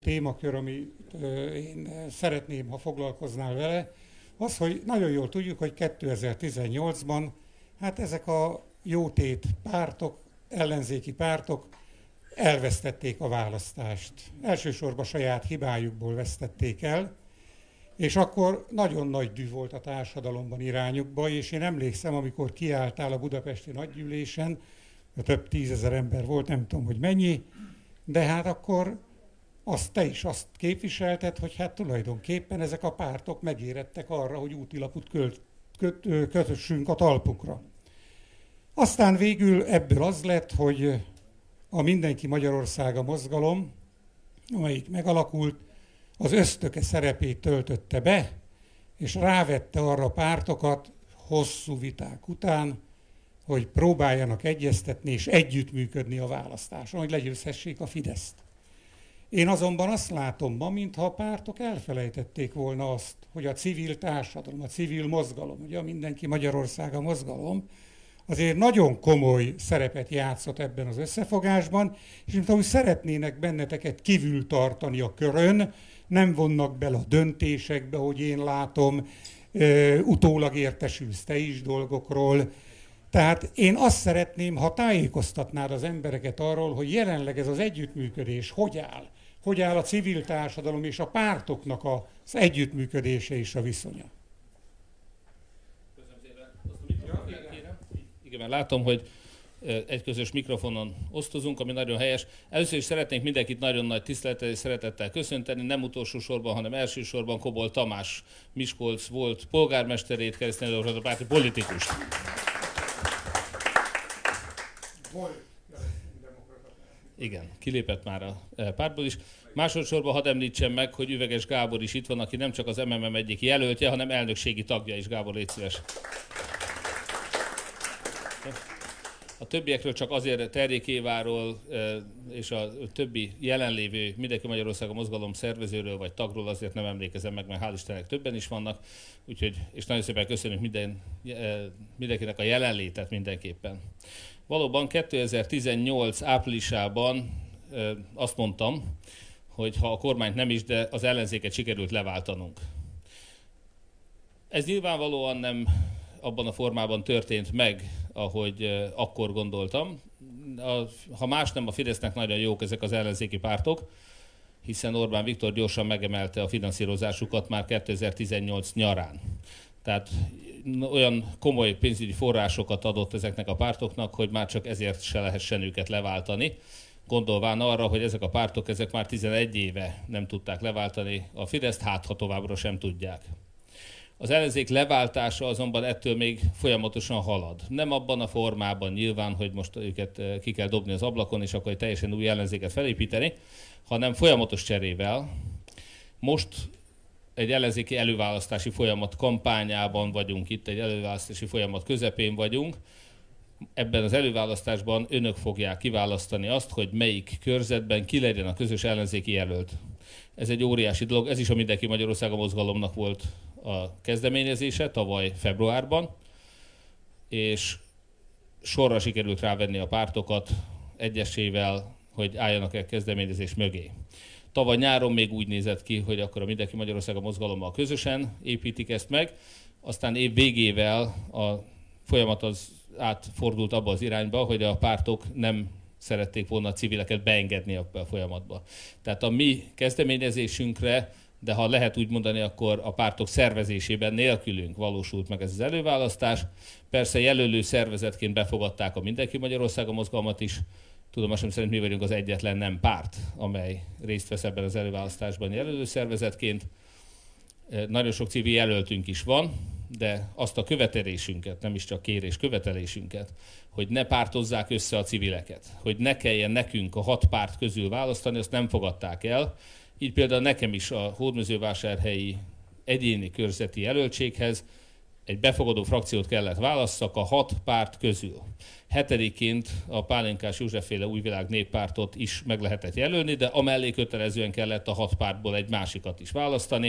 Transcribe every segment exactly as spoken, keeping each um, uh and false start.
témakör, amit én szeretném, ha foglalkoznál vele, az, hogy nagyon jól tudjuk, hogy kétezer-tizennyolcban hát ezek a jótét pártok, ellenzéki pártok elvesztették a választást. Elsősorban saját hibájukból vesztették el, és akkor nagyon nagy dű volt a társadalomban irányukba, és én emlékszem, amikor kiálltál a budapesti nagygyűlésen, több tízezer ember volt, nem tudom, hogy mennyi, de hát akkor azt te is azt képviselted, hogy hát tulajdonképpen ezek a pártok megérettek arra, hogy útilapot költ, köt, kötössünk a talpukra. Aztán végül ebből az lett, hogy a Mindenki Magyarországa mozgalom, amelyik megalakult, az ösztöke szerepét töltötte be, és rávette arra a pártokat hosszú viták után, hogy próbáljanak egyeztetni és együttműködni a választáson, hogy legyőzhessék a Fideszt. Én azonban azt látom ma, mintha a pártok elfelejtették volna azt, hogy a civil társadalom, a civil mozgalom, ugye a Mindenki Magyarországa mozgalom, azért nagyon komoly szerepet játszott ebben az összefogásban, és mintha úgy szeretnének benneteket kívül tartani a körön, nem vonnak bele a döntésekbe, hogy én látom, utólag értesülsz te is dolgokról. Tehát én azt szeretném, ha tájékoztatnád az embereket arról, hogy jelenleg ez az együttműködés hogy áll, hogy áll a civil társadalom és a pártoknak az együttműködése és a viszonya. Igen, mert látom, hogy egy közös mikrofonon osztozunk, ami nagyon helyes. Először is szeretnénk mindenkit nagyon nagy tisztelettel és szeretettel köszönteni, nem utolsó sorban, hanem elsősorban Kobol Tamás, Miskolc volt polgármesterét, kereszténydemokrata párti politikust. Igen, kilépett már a pártból is. Másodszorban hadd említsem meg, hogy Üveges Gábor is itt van, aki nem csak az em em em egyik jelöltje, hanem elnökségi tagja is. Gábor, légy szíves. A többiekről csak azért Terjék Éváról és a többi jelenlévő Mindenki Magyarország a mozgalom szervezőről vagy tagról azért nem emlékezem meg, mert hál' Istennek többen is vannak. Úgyhogy, és nagyon szépen köszönjük minden, mindenkinek a jelenlétet mindenképpen. Valóban kétezer-tizennyolc áprilisában azt mondtam, hogy ha a kormányt nem is, de az ellenzéket sikerült leváltanunk. Ez nyilvánvalóan nem abban a formában történt meg, ahogy akkor gondoltam. Ha más nem, a Fidesznek nagyon jók ezek az ellenzéki pártok, hiszen Orbán Viktor gyorsan megemelte a finanszírozásukat már kétezer-tizennyolc nyarán. Tehát olyan komoly pénzügyi forrásokat adott ezeknek a pártoknak, hogy már csak ezért se lehessen őket leváltani. Gondolván arra, hogy ezek a pártok ezek már tizenegy éve nem tudták leváltani a Fideszt, hát ha továbbra sem tudják. Az ellenzék leváltása azonban ettől még folyamatosan halad. Nem abban a formában nyilván, hogy most őket ki kell dobni az ablakon, és akkor egy teljesen új ellenzéket felépíteni, hanem folyamatos cserével. Most egy ellenzéki előválasztási folyamat kampányában vagyunk itt, egy előválasztási folyamat közepén vagyunk. Ebben az előválasztásban önök fogják kiválasztani azt, hogy melyik körzetben ki legyen a közös ellenzéki jelölt. Ez egy óriási dolog, ez is a Mindenki Magyarországa mozgalomnak volt a kezdeményezése tavaly februárban, és sorra sikerült rávenni a pártokat egyesével, hogy álljanak el kezdeményezés mögé. Tavaly nyáron még úgy nézett ki, hogy akkor a Mindenki Magyarországa mozgalommal közösen építik ezt meg, aztán év végével a folyamat az átfordult abba az irányba, hogy a pártok nem szerették volna a civileket beengedni a folyamatba. Tehát a mi kezdeményezésünkre, de ha lehet úgy mondani, akkor a pártok szervezésében nélkülünk valósult meg ez az előválasztás. Persze jelölő szervezetként befogadták a Mindenki Magyarországa mozgalmat is. Tudomásom szerint mi vagyunk az egyetlen nem párt, amely részt vesz ebben az előválasztásban jelölő szervezetként. Nagyon sok civil jelöltünk is van, de azt a követelésünket, nem is csak kérés, követelésünket, hogy ne pártozzák össze a civileket, hogy ne kelljen nekünk a hat párt közül választani, azt nem fogadták el. Így például nekem is a hódmezővásárhelyi egyéni körzeti jelöltséghez egy befogadó frakciót kellett válasszak a hat párt közül. Hetediként a Pálinkás Józsefféle Újvilág Néppártot is meg lehetett jelölni, de amellé kötelezően kellett a hat pártból egy másikat is választani.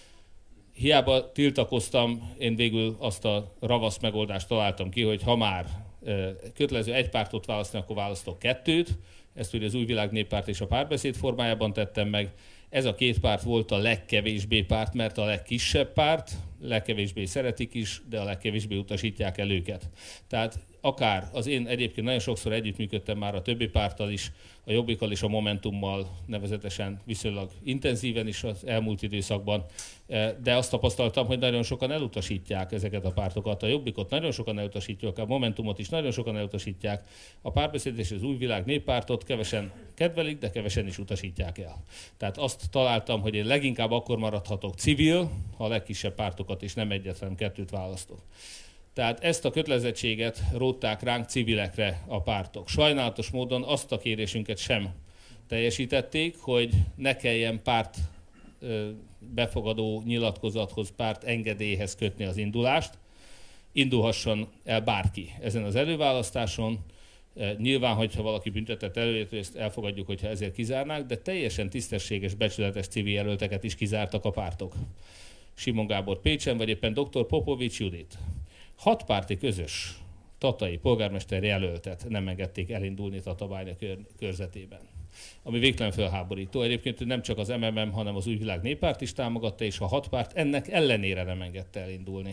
Hiába tiltakoztam, én végül azt a ravasz megoldást találtam ki, hogy ha már kötelező egy pártot választani, akkor választok kettőt. Ezt ugye az Újvilág Néppárt és a Párbeszéd formájában tettem meg. Ez a két párt volt a legkevésbé párt, mert a legkisebb párt, legkevésbé szeretik is, de a legkevésbé utasítják el őket. Tehát akár az én egyébként nagyon sokszor együttműködtem már a többi párttal is, a Jobbikkal és a Momentummal nevezetesen viszonylag intenzíven is az elmúlt időszakban, de azt tapasztaltam, hogy nagyon sokan elutasítják ezeket a pártokat. A Jobbikot nagyon sokan elutasítják, a Momentumot is nagyon sokan elutasítják, a Párbeszéd és az Új Világ Néppártot kevesen kedvelik, de kevesen is utasítják el. Tehát azt találtam, hogy én leginkább akkor maradhatok civil, ha a legkisebb pártokat és nem egyet, hanem kettőt választok. Tehát ezt a kötelezettséget rótták ránk civilekre a pártok. Sajnálatos módon azt a kérésünket sem teljesítették, hogy ne kelljen párt befogadó nyilatkozathoz, párt engedélyhez kötni az indulást. Indulhasson el bárki ezen az előválasztáson. Nyilván, hogyha valaki büntetett előjött, ezt elfogadjuk, hogyha ezért kizárnák, de teljesen tisztességes, becsületes civil jelölteket is kizártak a pártok. Simon Gábor Pécsen, vagy éppen doktor Popovics Judit. Hat párti közös tatai polgármester jelöltet nem engedték elindulni Tatabánya kör, körzetében. Ami végtelen felháborító. Egyébként nem csak az em em em, hanem az Új Világ Néppárt is támogatta, és a hat párt ennek ellenére nem engedte elindulni.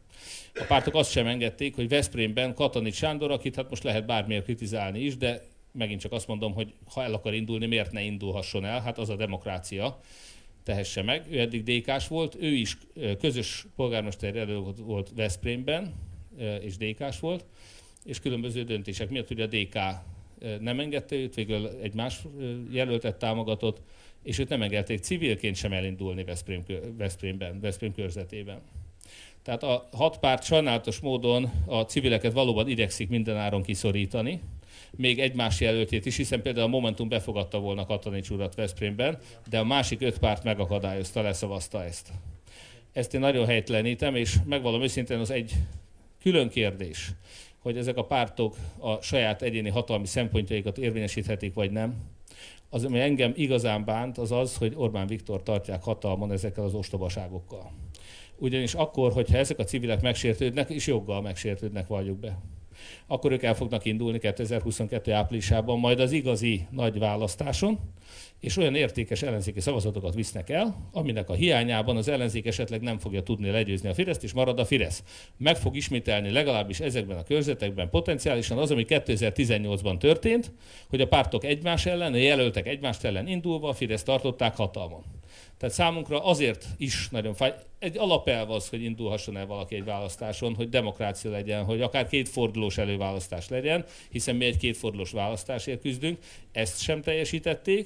A pártok azt sem engedték, hogy Veszprémben Katanics Sándor, akit hát most lehet bármiért kritizálni is, de megint csak azt mondom, hogy ha el akar indulni, miért ne indulhasson el? Hát az a demokrácia. Tehesse meg. Ő eddig dé ká-s volt, ő is közös polgármester jelölt volt Veszprémben, és dé ká-s volt, és különböző döntések miatt ugye a dé ká nem engedte őt, végül egy más jelöltet támogatott, és őt nem engedték civilként sem elindulni Veszprém, Veszprémben, Veszprém körzetében. Tehát a hat párt sajnálatos módon a civileket valóban igyekszik mindenáron kiszorítani, még egymás jelöltét is, hiszen például a Momentum befogadta volna Katanics urat Veszprémben, de a másik öt párt megakadályozta, leszavazta ezt. Ezt én nagyon helytelenítem, és megvallom őszintén, az egy külön kérdés, hogy ezek a pártok a saját egyéni hatalmi szempontjaikat érvényesíthetik, vagy nem. Az, ami engem igazán bánt, az az, hogy Orbán Viktor tartják hatalmon ezekkel az ostobaságokkal. Ugyanis akkor, hogyha ezek a civilek megsértődnek, és joggal megsértődnek, valljuk be, akkor ők el fognak indulni kétezer-huszonkettő áprilisában, majd az igazi nagy választáson, és olyan értékes ellenzéki szavazatokat visznek el, aminek a hiányában az ellenzék esetleg nem fogja tudni legyőzni a Fideszt, és marad a Fidesz. Meg fog ismételni legalábbis ezekben a körzetekben potenciálisan az, ami kétezer-tizennyolcban történt, hogy a pártok egymás ellen, a jelöltek egymást ellen indulva a Fideszt tartották hatalmon. Tehát számunkra azért is nagyon fáj. Egy alapelv az, hogy indulhasson el valaki egy választáson, hogy demokrácia legyen, hogy akár kétfordulós előválasztás legyen, hiszen mi egy kétfordulós választásért küzdünk, ezt sem teljesítették,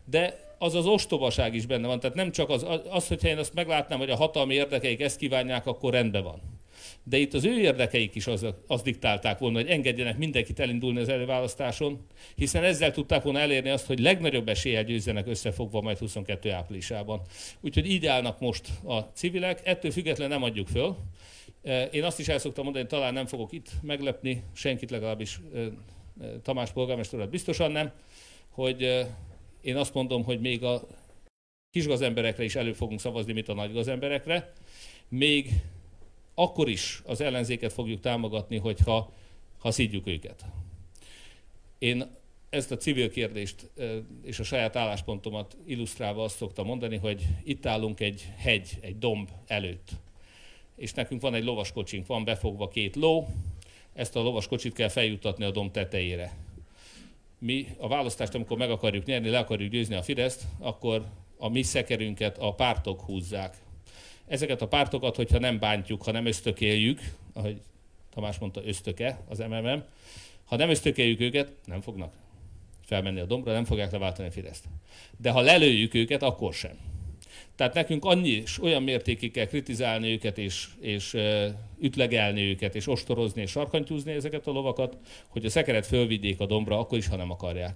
de az az ostobaság is benne van. Tehát nem csak az, az, hogyha én azt meglátnám, hogy a hatalmi érdekeik ezt kívánják, akkor rendben van. De itt az ő érdekeik is az, azt diktálták volna, hogy engedjenek mindenkit elindulni az előválasztáson, hiszen ezzel tudták volna elérni azt, hogy legnagyobb eséllyel győzzenek összefogva majd huszonkettő áprilisában. Úgyhogy így állnak most a civilek, ettől függetlenül nem adjuk föl. Én azt is el szoktam mondani, hogy talán nem fogok itt meglepni, senkit, legalábbis Tamás polgármester urat biztosan nem, hogy én azt mondom, hogy még a kisgazemberekre is elő fogunk szavazni, mint a nagygazemberekre, még akkor is az ellenzéket fogjuk támogatni, hogyha ha szidjuk őket. Én ezt a civil kérdést és a saját álláspontomat illusztrálva azt szoktam mondani, hogy itt állunk egy hegy, egy domb előtt. És nekünk van egy lovaskocsink, van befogva két ló, ezt a lovaskocsit kell feljuttatni a domb tetejére. Mi a választást, amikor meg akarjuk nyerni, le akarjuk győzni a Fideszt, akkor a mi szekerünket a pártok húzzák. Ezeket a pártokat, hogyha nem bántjuk, ha nem ösztökéljük, ahogy Tamás mondta, ösztöke az em em em, ha nem ösztökéljük őket, nem fognak felmenni a dombra, nem fogják leváltani a Fideszt. De ha lelőjük őket, akkor sem. Tehát nekünk annyi és olyan mértékig kell kritizálni őket, és, és uh, ütlegelni őket, és ostorozni, és sarkantyúzni ezeket a lovakat, hogy a szekeret fölvigyék a dombra, akkor is, ha nem akarják.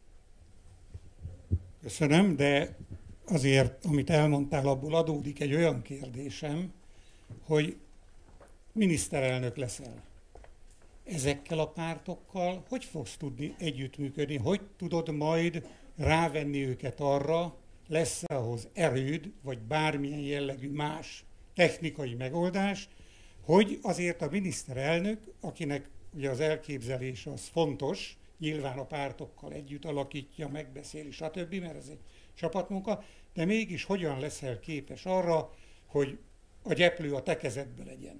Köszönöm, de azért, amit elmondtál, abból adódik egy olyan kérdésem, hogy miniszterelnök leszel. Ezekkel a pártokkal hogy fogsz tudni együttműködni? Hogy tudod majd rávenni őket arra, lesz ahhoz erőd, vagy bármilyen jellegű más technikai megoldás, hogy azért a miniszterelnök, akinek ugye az elképzelése az fontos, nyilván a pártokkal együtt alakítja, megbeszéli, stb., mert ez egy csapatmunka, de mégis hogyan leszel képes arra, hogy a gyeplő a te kezedbe legyen.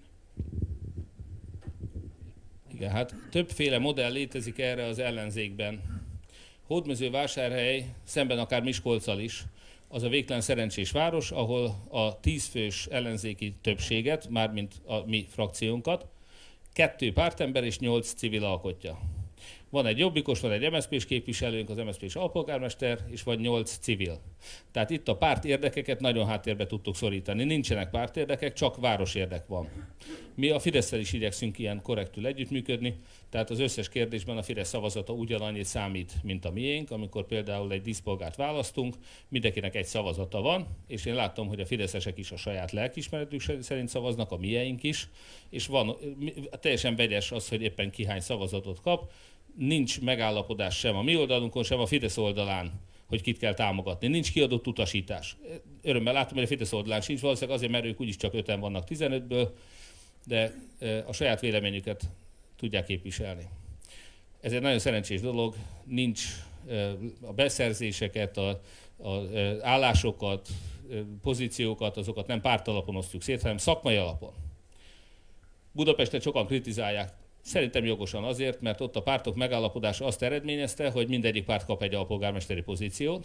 Igen, hát többféle modell létezik erre az ellenzékben. Hódmezővásárhely, szemben akár Miskolccal is, az a végtelen szerencsés város, ahol a tízfős ellenzéki többséget, mármint a mi frakciónkat, kettő pártember és nyolc civil alkotja. Van egy jobbikos, van egy em es zé pés képviselőnk, az em es zé pés alpolgármester, és van nyolc civil. Tehát itt a párt érdekeket nagyon háttérbe tudtuk szorítani. Nincsenek pártérdekek, csak városérdek van. Mi a Fidesszel is igyekszünk ilyen korrektül együttműködni, tehát az összes kérdésben a Fidesz szavazata ugyanannyit számít, mint a miénk. Amikor például egy díszpolgárt választunk, mindenkinek egy szavazata van, és én látom, hogy a fideszesek is a saját lelkiismeretük szerint szavaznak, a mieink is, és van teljesen vegyes az, hogy éppen ki hány szavazatot kap. Nincs megállapodás sem a mi oldalunkon, sem a Fidesz oldalán, hogy kit kell támogatni. Nincs kiadott utasítás. Örömmel látom, hogy a Fidesz oldalán sincs, valószínűleg azért, mert ők úgyis csak öten vannak tizenötből, de a saját véleményüket tudják képviselni. Ez egy nagyon szerencsés dolog, nincs a beszerzéseket, a, a állásokat, pozíciókat, azokat nem pártalapon osztjuk szét, hanem szakmai alapon. Budapestet sokan kritizálják, szerintem jogosan azért, mert ott a pártok megállapodása azt eredményezte, hogy mindegyik párt kap egy alpolgármesteri pozíciót.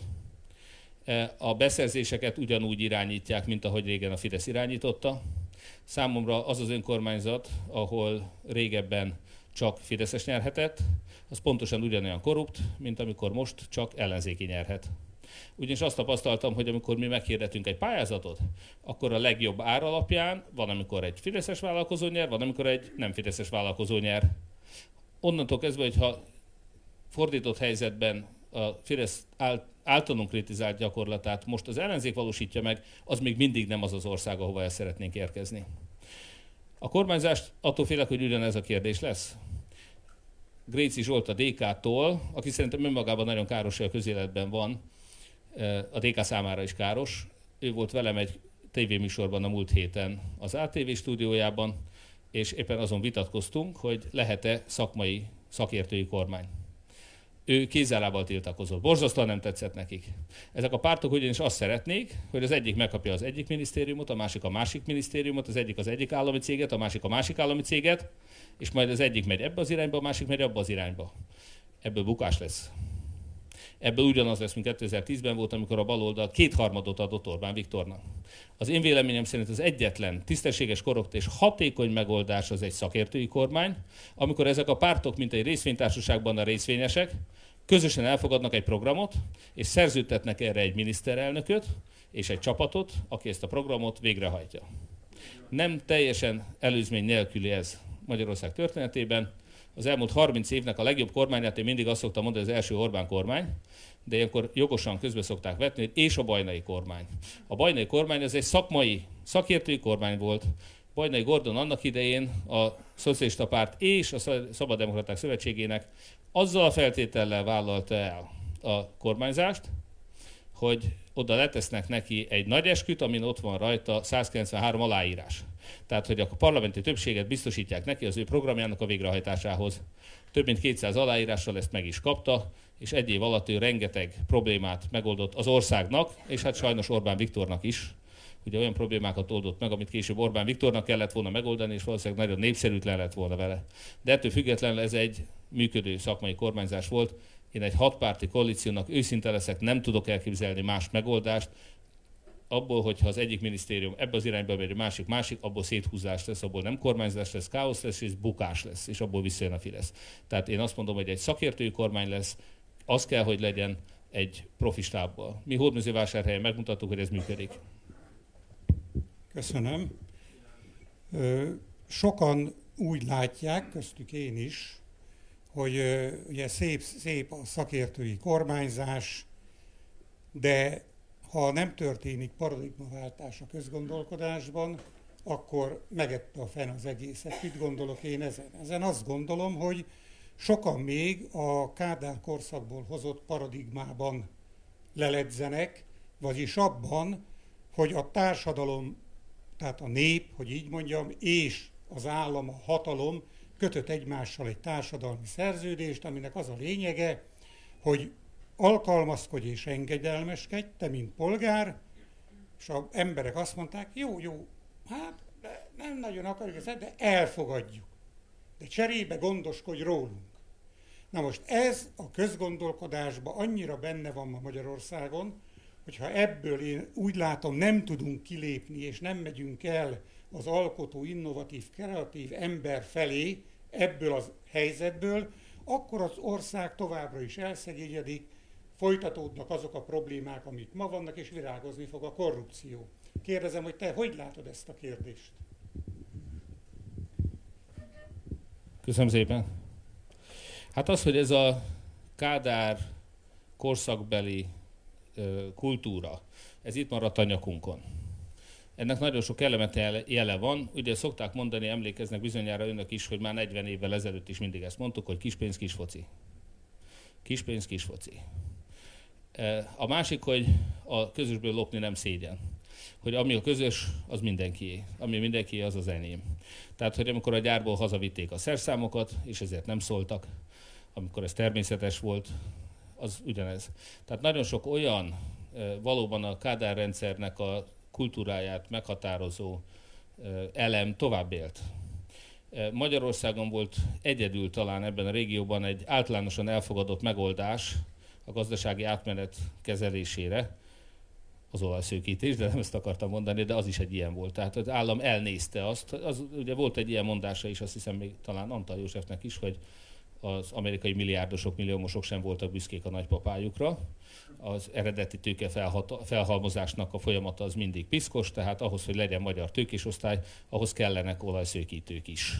A beszerzéseket ugyanúgy irányítják, mint ahogy régen a Fidesz irányította. Számomra az az önkormányzat, ahol régebben csak fideszes nyerhetett, az pontosan ugyanolyan korrupt, mint amikor most csak ellenzéki nyerhet. Ugyanis azt tapasztaltam, hogy amikor mi meghirdetünk egy pályázatot, akkor a legjobb ár alapján van, amikor egy fideszes vállalkozó nyer, van, amikor egy nem fideszes vállalkozó nyer. Onnantól kezdve, hogyha fordított helyzetben a Fidesz általunk kritizált gyakorlatát most az ellenzék valósítja meg, az még mindig nem az az ország, ahova el szeretnénk érkezni. A kormányzást attól félek, hogy ugyanez a kérdés lesz. Gréci Zsolt a dé ká-tól, aki szerintem önmagában nagyon káros, hogy a közéletben van, a dé ká számára is káros. Ő volt velem egy tévéműsorban a múlt héten az á té vé stúdiójában, és éppen azon vitatkoztunk, hogy lehet-e szakmai, szakértői kormány. Ő kézzel-lábbal tiltakozott. Borzasztóan nem tetszett nekik. Ezek a pártok ugyanis azt szeretnék, hogy az egyik megkapja az egyik minisztériumot, a másik a másik minisztériumot, az egyik az egyik állami céget, a másik a másik állami céget, és majd az egyik megy ebbe az irányba, a másik megy abba az irányba. Ebből bukás lesz. Ebből ugyanaz lesz, mint kétezer-tízben volt, amikor a baloldal kétharmadot adott Orbán Viktornak. Az én véleményem szerint az egyetlen tisztességes, korrupt és hatékony megoldás az egy szakértői kormány, amikor ezek a pártok, mint egy részvénytársaságban a részvényesek, közösen elfogadnak egy programot, és szerződtetnek erre egy miniszterelnököt és egy csapatot, aki ezt a programot végrehajtja. Nem teljesen előzmény nélküli ez Magyarország történetében. Az elmúlt harminc évnek a legjobb kormányát én mindig azt szoktam mondani, az első Orbán kormány, de ilyenkor jogosan közbe szokták vetni, és a Bajnai kormány. A Bajnai kormány az egy szakmai, szakértői kormány volt. Bajnai Gordon annak idején a Szocialista Párt és a Szabaddemokraták Szövetségének azzal a feltétellel vállalta el a kormányzást, hogy oda letesznek neki egy nagy esküt, amin ott van rajta százkilencvenhárom aláírás. Tehát, hogy a parlamenti többséget biztosítják neki az ő programjának a végrehajtásához. Több mint kétszáz aláírással ezt meg is kapta, és egy év alatt ő rengeteg problémát megoldott az országnak, és hát sajnos Orbán Viktornak is. Ugye olyan problémákat oldott meg, amit később Orbán Viktornak kellett volna megoldani, és valószínűleg nagyon népszerűtlen lett volna vele. De ettől függetlenül ez egy működő szakmai kormányzás volt. Én egy hatpárti koalíciónak őszinte leszek, nem tudok elképzelni más megoldást. Abból, hogyha az egyik minisztérium ebbe az irányba megy, a másik másik, abból széthúzás lesz, abból nem kormányzás lesz, káosz lesz, és bukás lesz, és abból visszajön a Fidesz. Tehát én azt mondom, hogy egy szakértői kormány lesz, az kell, hogy legyen egy profi stábbal. Mi Hódmezővásárhelyen megmutattuk, hogy ez működik. Köszönöm. Sokan úgy látják, köztük én is, hogy ugye szép, szép a szakértői kormányzás, de ha nem történik paradigmaváltás a közgondolkodásban, akkor megette a fenn az egészet. Mit gondolok én ezen? Ezen azt gondolom, hogy sokan még a Kádár korszakból hozott paradigmában leledzenek, vagyis abban, hogy a társadalom, tehát a nép, hogy így mondjam, és az állam, a hatalom kötött egymással egy társadalmi szerződést, aminek az a lényege, hogy alkalmazkodj és engedelmeskedj, te mint polgár, és az emberek azt mondták, jó, jó, hát de nem nagyon akarjuk ezt, de elfogadjuk. De cserébe gondoskodj rólunk. Na most ez a közgondolkodásban annyira benne van ma Magyarországon, hogyha ebből én úgy látom nem tudunk kilépni, és nem megyünk el az alkotó, innovatív, kreatív ember felé ebből az helyzetből, akkor az ország továbbra is elszegényedik, folytatódnak azok a problémák, amik ma vannak, és virágozni fog a korrupció. Kérdezem, hogy te hogy látod ezt a kérdést? Köszönöm szépen. Hát az, hogy ez a Kádár korszakbeli ö, kultúra, ez itt maradt a nyakunkon. Ennek nagyon sok kellemetlen jele van. Ugye szokták mondani, emlékeznek bizonyára önök is, hogy már negyven évvel ezelőtt is mindig ezt mondtuk, hogy kispénz, kisfoci. Kispénz, kisfoci. A másik, hogy a közösből lopni nem szégyen. Hogy ami a közös, az mindenkié. Ami mindenkié, az az enyém. Tehát, hogy amikor a gyárból hazavitték a szerszámokat, és ezért nem szóltak, amikor ez természetes volt, az ugyanez. Tehát nagyon sok olyan valóban a Kádár rendszernek a kultúráját meghatározó elem tovább élt. Magyarországon volt egyedül talán ebben a régióban egy általánosan elfogadott megoldás a gazdasági átmenet kezelésére, az olajszőkítés, de nem ezt akartam mondani, de az is egy ilyen volt. Tehát az állam elnézte azt, az, ugye volt egy ilyen mondása is, azt hiszem még talán Antal Józsefnek is, hogy az amerikai milliárdosok, milliómosok sem voltak büszkék a nagypapájukra. Az eredeti tőke felhalmozásnak a folyamata az mindig piszkos, tehát ahhoz, hogy legyen magyar tőkésosztály, ahhoz kellenek olajszőkítők is.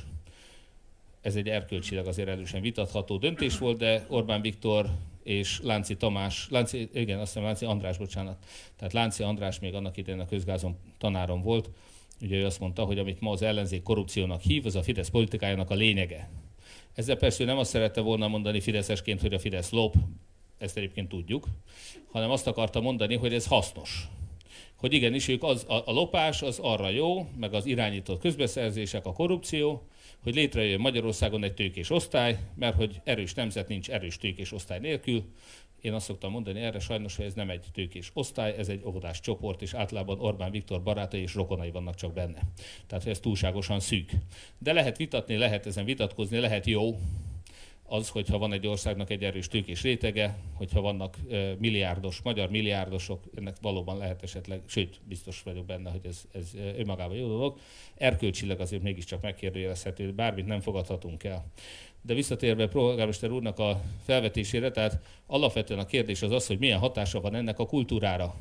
Ez egy erkölcsileg azért erősen vitatható döntés volt, de Orbán Viktor és Lánci Tamás, Lánci, igen, azt hiszem Lánci András, bocsánat, tehát Lánci András még annak idején a közgázon tanárom volt, ugye ő azt mondta, hogy amit ma az ellenzék korrupciónak hív, az a Fidesz politikájának a lényege. Ezzel persze nem azt szerette volna mondani fideszesként, hogy a Fidesz lop, ezt egyébként tudjuk, hanem azt akarta mondani, hogy ez hasznos. Hogy igenis, ők az, a, a lopás az arra jó, meg az irányított közbeszerzések, a korrupció, hogy létrejön Magyarországon egy tőkés osztály, mert hogy erős nemzet nincs erős tőkés osztály nélkül. Én azt szoktam mondani erre sajnos, hogy ez nem egy tőkés osztály, ez egy óvodás csoport, és általában Orbán Viktor barátai és rokonai vannak csak benne. Tehát, hogy ez túlságosan szűk. De lehet vitatni, lehet ezen vitatkozni, lehet jó az, hogyha van egy országnak egy erős tőkés rétege, hogyha vannak e, milliárdos, magyar milliárdosok, ennek valóban lehet esetleg, sőt, biztos vagyok benne, hogy ez, ez önmagában jó dolog. Erkölcsileg azért mégiscsak megkérdőjelezhető, hogy bármit nem fogadhatunk el. De visszatérve polgármester úrnak a felvetésére, tehát alapvetően a kérdés az az, hogy milyen hatása van ennek a kultúrára.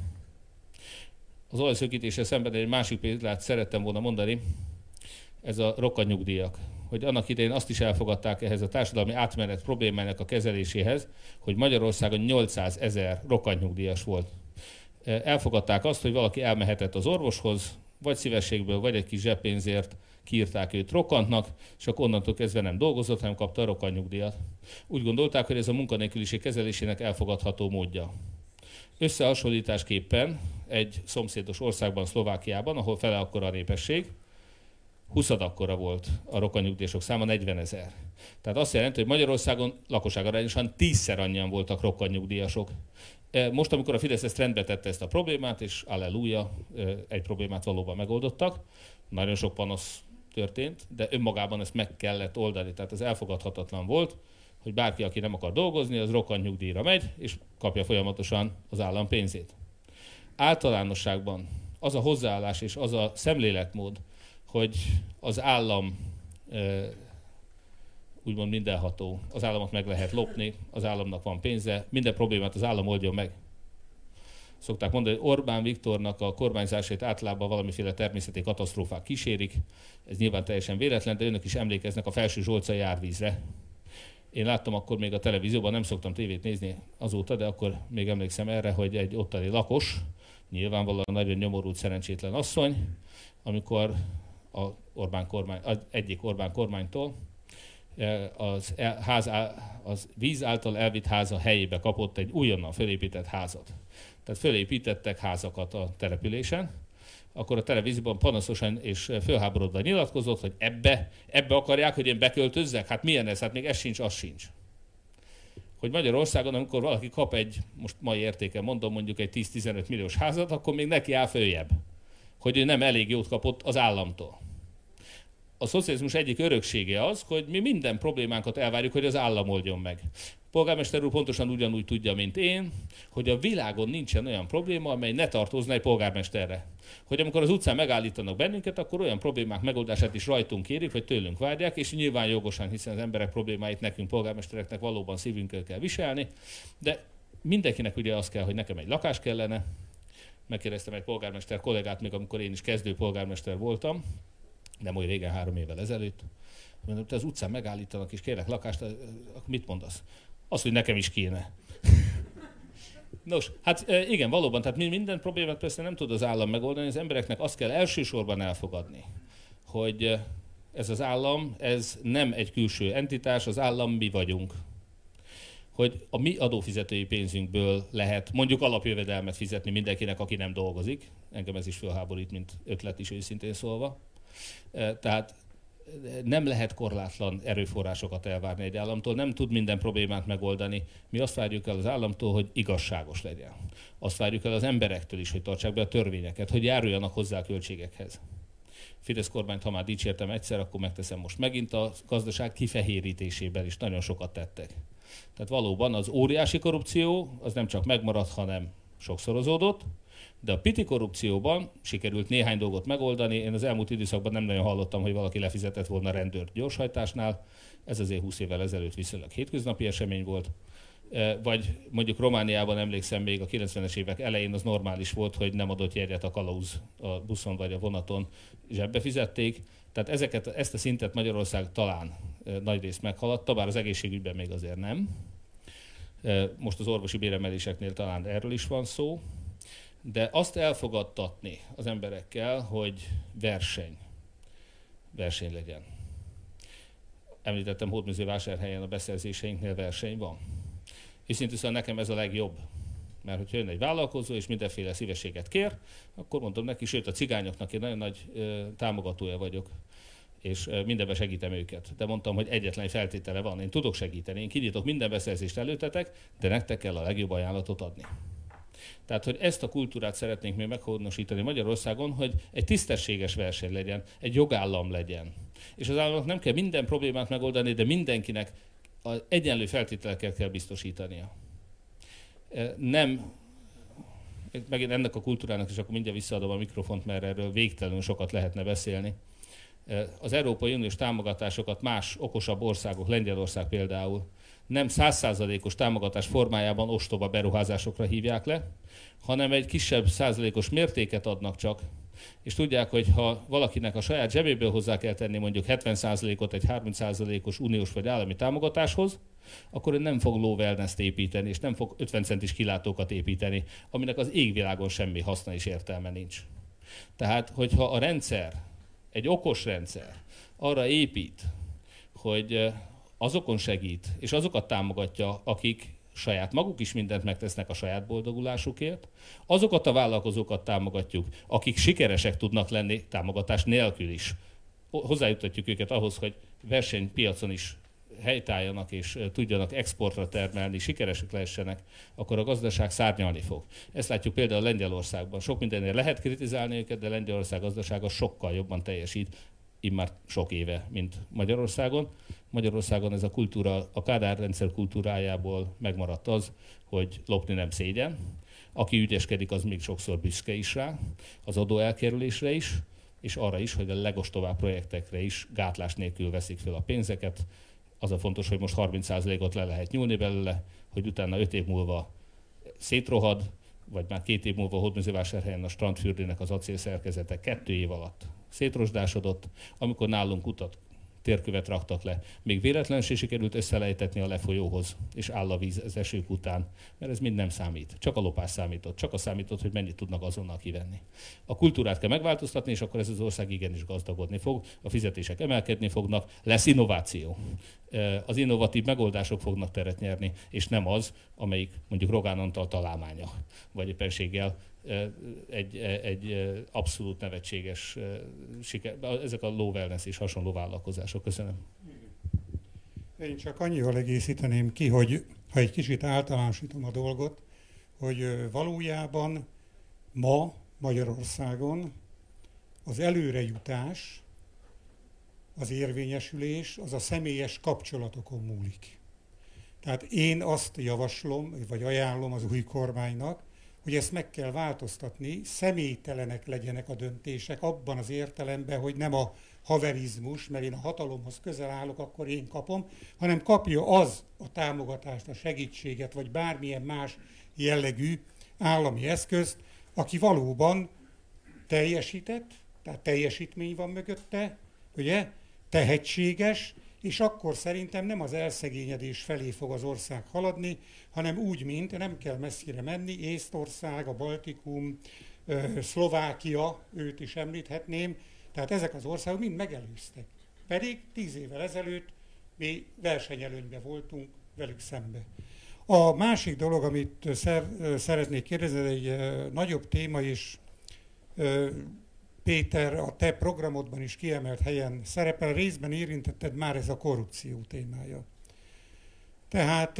Az olajszökítéssel szemben egy másik példát szerettem volna mondani, ez a rokkantnyugdíjak. Hogy annak idején azt is elfogadták ehhez a társadalmi átmenet problémának a kezeléséhez, hogy Magyarországon nyolcszázezer rokkantnyugdíjas volt. Elfogadták azt, hogy valaki elmehetett az orvoshoz, vagy szívességből, vagy egy kis zseppénzért kiírták őt rokkantnak, és akkor onnantól kezdve nem dolgozott, hanem kapta a rokkantnyugdíjat. Úgy gondolták, hogy ez a munkanélküliség kezelésének elfogadható módja. Összehasonlításképpen egy szomszédos országban, Szlovákiában, ahol fele akkora a népesség, huszad akkora volt a rokkantnyugdíjasok száma, negyvenezer. Tehát azt jelenti, hogy Magyarországon lakosságarányosan tízszer annyian voltak rokkantnyugdíjasok. Most, amikor a Fidesz ezt rendbe tette ezt a problémát, és alleluja, egy problémát valóban megoldottak, nagyon sok panasz történt, de önmagában ezt meg kellett oldani. Tehát ez elfogadhatatlan volt, hogy bárki, aki nem akar dolgozni, az rokkantnyugdíjra megy, és kapja folyamatosan az állam pénzét. Általánosságban az a hozzáállás és az a szemléletmód, hogy az állam e, úgymond mindenható, az államot meg lehet lopni, az államnak van pénze, minden problémát az állam oldjon meg. Szokták mondani, hogy Orbán Viktornak a kormányzását általában valamiféle természeti katasztrófák kísérik. Ez nyilván teljesen véletlen, de önök is emlékeznek a Felső Zsolcai árvízre. Én láttam akkor még a televízióban, nem szoktam tévét nézni azóta, de akkor még emlékszem erre, hogy egy ottani lakos, nyilvánvalóan nagyon nyomorult, szerencsétlen asszony, amikor a Orbán kormány, az egyik Orbán kormánytól az, ház, az víz által elvitt háza helyébe kapott egy újonnan felépített házat. Tehát felépítettek házakat a településen, akkor a televízióban panaszosan és fölháborodva nyilatkozott, hogy ebbe, ebbe akarják, hogy én beköltözzek? Hát milyen ez? Hát még ez sincs, az sincs. hogy Magyarországon, amikor valaki kap egy, most mai értéken mondom, mondjuk egy tíz-tizenöt milliós házat, akkor még neki áll följebb, hogy ő nem elég jót kapott az államtól. A szocializmus egyik öröksége az, hogy mi minden problémánkat elvárjuk, hogy az állam oldjon meg. Polgármester úr pontosan ugyanúgy tudja, mint én, hogy a világon nincsen olyan probléma, amely ne tartozna egy polgármesterre. Hogy amikor az utcán megállítanak bennünket, akkor olyan problémák megoldását is rajtunk kérik, vagy tőlünk várják, és nyilván jogosan, hiszen az emberek problémáit nekünk, polgármestereknek valóban szívünkkel kell viselni, de mindenkinek ugye az kell, hogy nekem egy lakás kellene. Megkérdeztem egy polgármester kollégát, még amikor én is kezdő polgármester voltam, nem olyan régen, három évvel ezelőtt. Mondom, te az utcán megállítanak, és kérlek lakást, akkor mit mondasz? Az, hogy nekem is kéne. Nos, hát igen, valóban, tehát minden problémát persze nem tud az állam megoldani, az embereknek azt kell elsősorban elfogadni, hogy ez az állam, ez nem egy külső entitás, az állam mi vagyunk. Hogy a mi adófizetői pénzünkből lehet mondjuk alapjövedelmet fizetni mindenkinek, aki nem dolgozik. Engem ez is fölháborít, mint ötlet is őszintén szólva. Tehát nem lehet korlátlan erőforrásokat elvárni egy államtól, nem tud minden problémát megoldani. Mi azt várjuk el az államtól, hogy igazságos legyen. Azt várjuk el az emberektől is, hogy tartsák be a törvényeket, hogy járuljanak hozzá a költségekhez. Fidesz kormányt, ha már dicsértem egyszer, akkor megteszem most megint, a gazdaság kifehérítésében is nagyon sokat tettek. Tehát valóban az óriási korrupció az nem csak megmaradt, hanem sokszorozódott, de a piti korrupcióban sikerült néhány dolgot megoldani. Én az elmúlt időszakban nem nagyon hallottam, hogy valaki lefizetett volna rendőrt gyorshajtásnál. Ez azért húsz évvel ezelőtt viszonylag hétköznapi esemény volt. Vagy mondjuk Romániában emlékszem, még a kilencvenes évek elején az normális volt, hogy nem adott jegyet a kalauz a buszon vagy a vonaton, zsebbe fizették. Tehát ezeket, ezt a szintet Magyarország talán nagyrészt meghaladta, bár az egészségügyben még azért nem. Most az orvosi béremeléseknél talán erről is van szó. De azt elfogadtatni az emberekkel, hogy verseny, verseny legyen. Említettem Hódmezővásárhelyen a beszerzéseinknél verseny van. És szintén nekem ez a legjobb. Mert hogyha jön egy vállalkozó és mindenféle szívességet kér, akkor mondom neki, sőt a cigányoknak én nagyon nagy ö, támogatója vagyok, és ö, mindenben segítem őket. De mondtam, hogy egyetlen feltétele van, én tudok segíteni, én kinyitok minden beszerzést előtetek, de nektek kell a legjobb ajánlatot adni. Tehát, hogy ezt a kultúrát szeretnénk még meghonosítani Magyarországon, hogy egy tisztességes verseny legyen, egy jogállam legyen. És az államnak nem kell minden problémát megoldani, de mindenkinek az egyenlő feltételeket kell biztosítania. Nem, megint ennek a kultúrának, és akkor mindjárt visszaadom a mikrofont, mert erről végtelenül sokat lehetne beszélni. Az Európai Uniós támogatásokat más okosabb országok, Lengyelország például, nem száz százalékos támogatás formájában ostoba beruházásokra hívják le, hanem egy kisebb százalékos mértéket adnak csak, és tudják, hogy ha valakinek a saját zsebéből hozzá kell tenni mondjuk hetven százalékot egy harminc százalékos uniós vagy állami támogatáshoz, akkor ő nem fog low wellness-t építeni, és nem fog ötven centis kilátókat építeni, aminek az égvilágon semmi haszna és értelme nincs. Tehát, hogyha a rendszer, egy okos rendszer arra épít, hogy azokon segít, és azokat támogatja, akik saját maguk is mindent megtesznek a saját boldogulásukért, azokat a vállalkozókat támogatjuk, akik sikeresek tudnak lenni támogatás nélkül is. Hozzájutatjuk őket ahhoz, hogy versenypiacon is helytálljanak és tudjanak exportra termelni, sikeresek lehessenek, akkor a gazdaság szárnyalni fog. Ezt látjuk például Lengyelországban. Sok mindennél lehet kritizálni őket, de Lengyelország gazdasága sokkal jobban teljesít, immár sok éve, mint Magyarországon. Magyarországon ez a kultúra, a Kádár rendszer kultúrájából megmaradt az, hogy lopni nem szégyen. Aki ügyeskedik, az még sokszor büszke is rá, az adóelkerülésre is, és arra is, hogy a legostobább projektekre is gátlás nélkül veszik fel a pénzeket. Az a fontos, hogy most harminc százalékot le lehet nyúlni belőle, hogy utána öt év múlva szétrohad, vagy már két év múlva Hódmezővásárhelyen a strandfürdőnek az acélszerkezete kettő év alatt szétrosdásodott, amikor nálunk utat, térkövet raktak le. Még véletlenül se sikerült összelejtetni a lefolyóhoz, és áll a víz az esők után, mert ez mind nem számít. Csak a lopás számított, csak a számított, hogy mennyit tudnak azonnal kivenni. A kultúrát kell megváltoztatni, és akkor ez az ország igenis gazdagodni fog, a fizetések emelkedni fognak, lesz innováció. Az innovatív megoldások fognak teret nyerni, és nem az, amelyik mondjuk Rogán Antal találmánya, vagy éppenséggel egy, egy abszolút nevetséges siker. Ezek a low wellness és hasonló vállalkozások. Köszönöm. Én csak annyival egészíteném ki, hogy ha egy kicsit általánosítom a dolgot, hogy valójában ma Magyarországon az előrejutás, az érvényesülés, az a személyes kapcsolatokon múlik. Tehát én azt javaslom, vagy ajánlom az új kormánynak, hogy ezt meg kell változtatni, személytelenek legyenek a döntések abban az értelemben, hogy nem a haverizmus, mert én a hatalomhoz közel állok, akkor én kapom, hanem kapja az a támogatást, a segítséget, vagy bármilyen más jellegű állami eszközt, aki valóban teljesített, tehát teljesítmény van mögötte, ugye, tehetséges, és akkor szerintem nem az elszegényedés felé fog az ország haladni, hanem úgy, mint nem kell messzire menni, Észtország, a Baltikum, Szlovákia, őt is említhetném, tehát ezek az országok mind megelőztek. Pedig tíz évvel ezelőtt mi versenyelőnyben voltunk velük szembe. A másik dolog, amit szer, szeretnék kérdezni, egy nagyobb téma is, Péter, a te programodban is kiemelt helyen szerepel, részben érintetted már, ez a korrupció témája. Tehát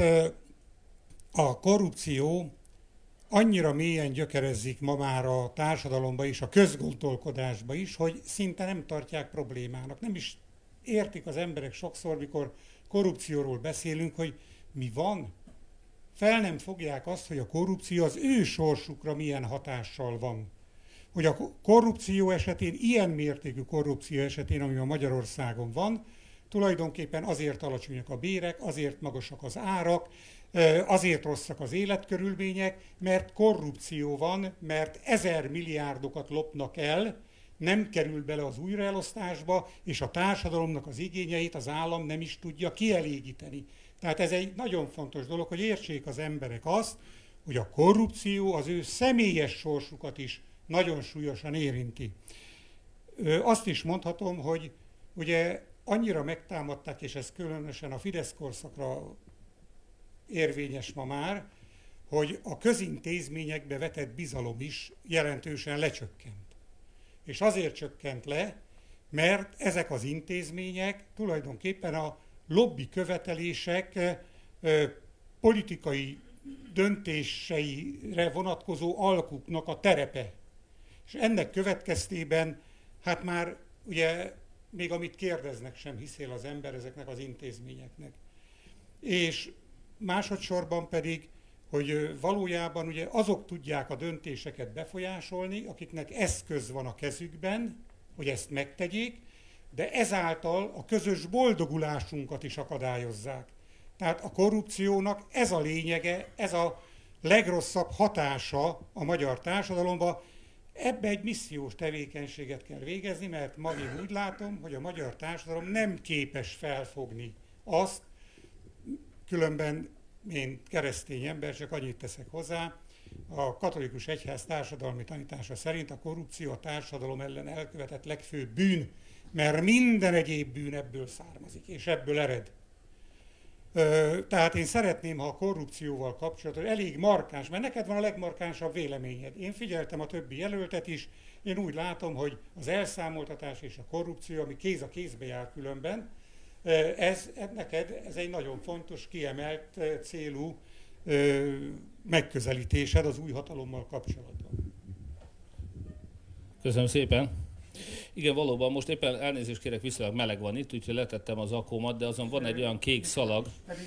a korrupció annyira mélyen gyökerezzik ma már a társadalomba is, a közgondolkodásba is, hogy szinte nem tartják problémának. Nem is értik az emberek sokszor, mikor korrupcióról beszélünk, hogy mi van. Fel nem fogják azt, hogy a korrupció az ő sorsukra milyen hatással van. Hogy a korrupció esetén, ilyen mértékű korrupció esetén, ami a Magyarországon van, tulajdonképpen azért alacsonyak a bérek, azért magasak az árak, azért rosszak az életkörülmények, mert korrupció van, mert ezer milliárdokat lopnak el, nem kerül bele az újraelosztásba, és a társadalomnak az igényeit az állam nem is tudja kielégíteni. Tehát ez egy nagyon fontos dolog, hogy értsék az emberek azt, hogy a korrupció az ő személyes sorsukat is nagyon súlyosan érinti. Azt is mondhatom, hogy ugye annyira megtámadták, és ez különösen a Fidesz korszakra érvényes ma már, hogy a közintézményekbe vetett bizalom is jelentősen lecsökkent. És azért csökkent le, mert ezek az intézmények tulajdonképpen a lobby követelések politikai döntéseire vonatkozó alkuknak a terepe. És ennek következtében, hát már ugye még amit kérdeznek sem hiszél az ember ezeknek az intézményeknek. És másodszorban pedig, hogy valójában ugye azok tudják a döntéseket befolyásolni, akiknek eszköz van a kezükben, hogy ezt megtegyék, de ezáltal a közös boldogulásunkat is akadályozzák. Tehát a korrupciónak ez a lényege, ez a legrosszabb hatása a magyar társadalomba. Ebbe egy missziós tevékenységet kell végezni, mert ma én úgy látom, hogy a magyar társadalom nem képes felfogni azt, különben én keresztény ember, csak annyit teszek hozzá, a katolikus egyház társadalmi tanítása szerint a korrupció a társadalom ellen elkövetett legfőbb bűn, mert minden egyéb bűn ebből származik, és ebből ered. Tehát én szeretném, ha a korrupcióval kapcsolatos, elég markáns, mert neked van a legmarkánsabb véleményed. Én figyeltem a többi jelöltet is, én úgy látom, hogy az elszámoltatás és a korrupció, ami kéz a kézbe jár különben, ez neked ez egy nagyon fontos, kiemelt célú megközelítésed az új hatalommal kapcsolatban. Köszönöm szépen. Igen, valóban most éppen elnézést kérek, viszonylag meleg van itt, úgyhogy letettem az akómat, de azon van egy olyan kék szalag.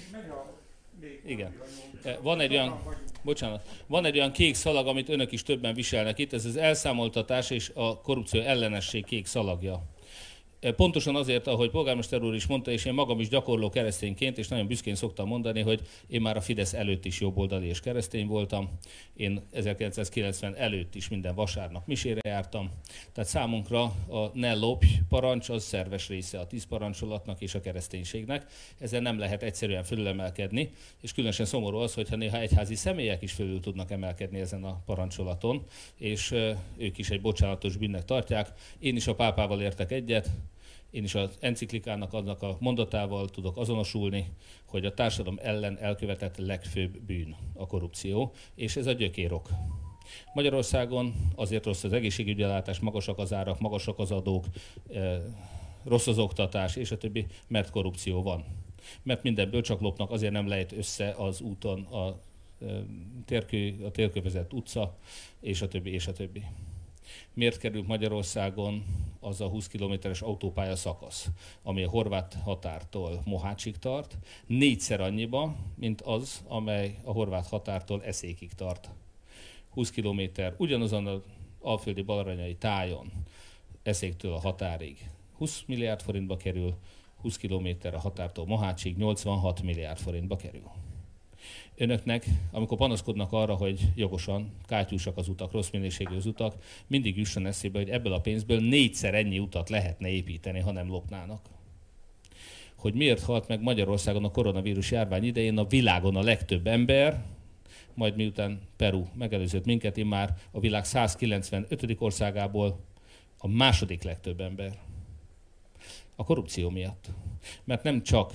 Igen. Van egy olyan, bocsánat, van egy olyan kék szalag, amit önök is többen viselnek itt, ez az elszámoltatás és a korrupció ellenesség kék szalagja. Pontosan azért, ahogy polgármester úr is mondta, és én magam is gyakorló keresztényként, és nagyon büszkén szoktam mondani, hogy én már a Fidesz előtt is jobboldali és keresztény voltam. Én ezerkilencszázkilencven előtt is minden vasárnap misére jártam. Tehát számunkra a ne lopj parancs az szerves része a tíz parancsolatnak és a kereszténységnek. Ezzel nem lehet egyszerűen fölülemelkedni, és különösen szomorú az, hogyha néha egyházi személyek is fölül tudnak emelkedni ezen a parancsolaton, és ők is egy bocsánatos bűnnek tartják. Én is a pápával értek egyet. Én is az enciklikának annak a mondatával tudok azonosulni, hogy a társadalom ellen elkövetett legfőbb bűn a korrupció, és ez a gyökérok. Magyarországon azért rossz az egészségügyi ellátás, magasak az árak, magasak az adók, rossz az oktatás, és a többi, mert korrupció van. mert mindenből csak lopnak, azért nem lehet össze az úton a, térkő, a térkövezett utca, és a többi, és a többi. Miért került Magyarországon az a húsz kilométeres autópálya szakasz, ami a horvát határtól Mohácsig tart, négyszer annyiba, mint az, amely a horvát határtól Eszékig tart. húsz kilométer ugyanazon az alföldi balaranyai tájon, Eszéktől a határig húsz milliárd forintba kerül, húsz kilométer a határtól Mohácsig nyolcvanhat milliárd forintba kerül. Önöknek, amikor panaszkodnak arra, hogy jogosan kátyúsak az utak, rossz minőségű az utak, mindig jusson eszébe, hogy ebből a pénzből négyszer ennyi utat lehetne építeni, ha nem lopnának. Hogy miért halt meg Magyarországon a koronavírus járvány idején a világon a legtöbb ember, majd miután Peru megelőzött minket, immár a világ százkilencvenötödik országából a második legtöbb ember. A korrupció miatt. Mert nem csak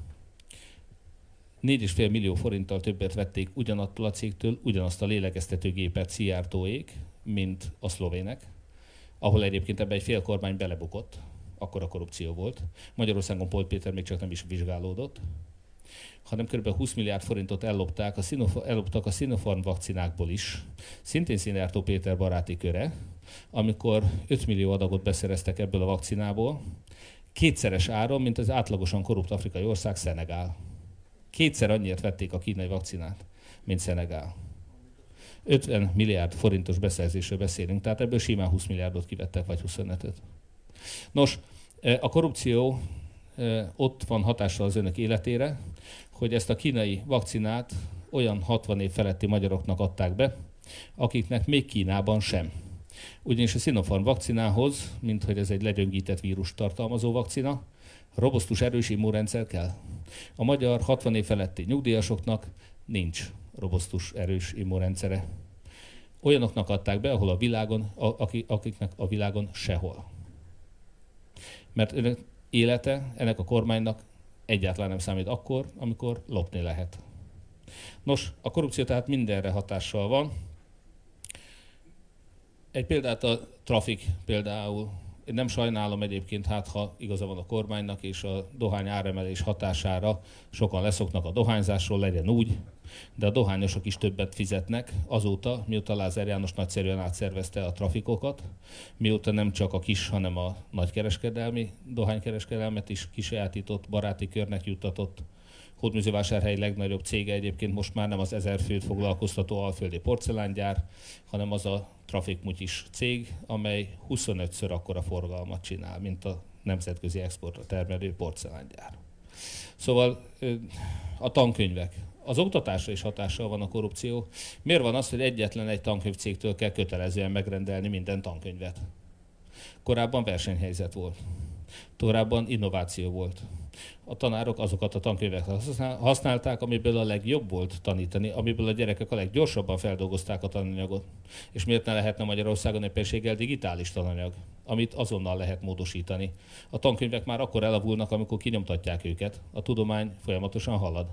négy egész öt millió forinttal többet vették ugyanattól a cégtől ugyanazt a lélegeztetőgépet Szijjártóék, mint a szlovének, ahol egyébként ebbe egy fél kormány belebukott, akkor a korrupció volt. Magyarországon Polt Péter még csak nem is vizsgálódott, hanem kb. húsz milliárd forintot ellopták a Sinopharm, elloptak a Sinopharm vakcinákból is, szintén Szijjártó Péter baráti köre, amikor öt millió adagot beszereztek ebből a vakcinából, kétszeres áron, mint az átlagosan korrupt afrikai ország Szenegál. Kétszer annyiért vették a kínai vakcinát, mint Szenegál. ötven milliárd forintos beszerzésről beszélünk, tehát ebből simán húsz milliárdot kivettek, vagy huszonötöt. Nos, a korrupció ott van hatással az önök életére, hogy ezt a kínai vakcinát olyan hatvan év feletti magyaroknak adták be, akiknek még Kínában sem. Ugyanis a Sinopharm vakcinához, mint hogy ez egy legyöngített vírus tartalmazó vakcina, robosztus erős immunrendszer kell. A magyar hatvan év feletti nyugdíjasoknak nincs robosztus erős immunrendszere. Olyanoknak adták be, ahol a világon, akiknek a világon sehol. Mert önök élete ennek a kormánynak egyáltalán nem számít akkor, amikor lopni lehet. Nos, a korrupció tehát mindenre hatással van. Egy példát a trafik például. Én nem sajnálom egyébként, hát ha igaza van a kormánynak, és a dohány áremelés hatására sokan leszoknak a dohányzásról, legyen úgy, de a dohányosok is többet fizetnek azóta, mióta Lázár János nagyszerűen átszervezte a trafikokat, mióta nem csak a kis, hanem a nagykereskedelmi dohánykereskedelmet is kisajátított, baráti körnek juttatott. Hódműzővásárhelyi legnagyobb cége egyébként most már nem az ezer főt foglalkoztató alföldi porcelángyár, hanem az a Trafik Mutyis cég, amely huszonötször akkora forgalmat csinál, mint a nemzetközi exportra termelő porcelángyár. Szóval a tankönyvek. Az oktatásra is hatással van a korrupció. Miért van az, hogy egyetlen egy tankönyvcégtől kell kötelezően megrendelni minden tankönyvet? Korábban versenyhelyzet volt. Korábban innováció volt. A tanárok azokat a tankönyveket használták, amiből a legjobb volt tanítani, amiből a gyerekek a leggyorsabban feldolgozták a tananyagot. És miért ne lehetne Magyarországon éppenséggel digitális tananyag, amit azonnal lehet módosítani? A tankönyvek már akkor elavulnak, amikor kinyomtatják őket. A tudomány folyamatosan halad.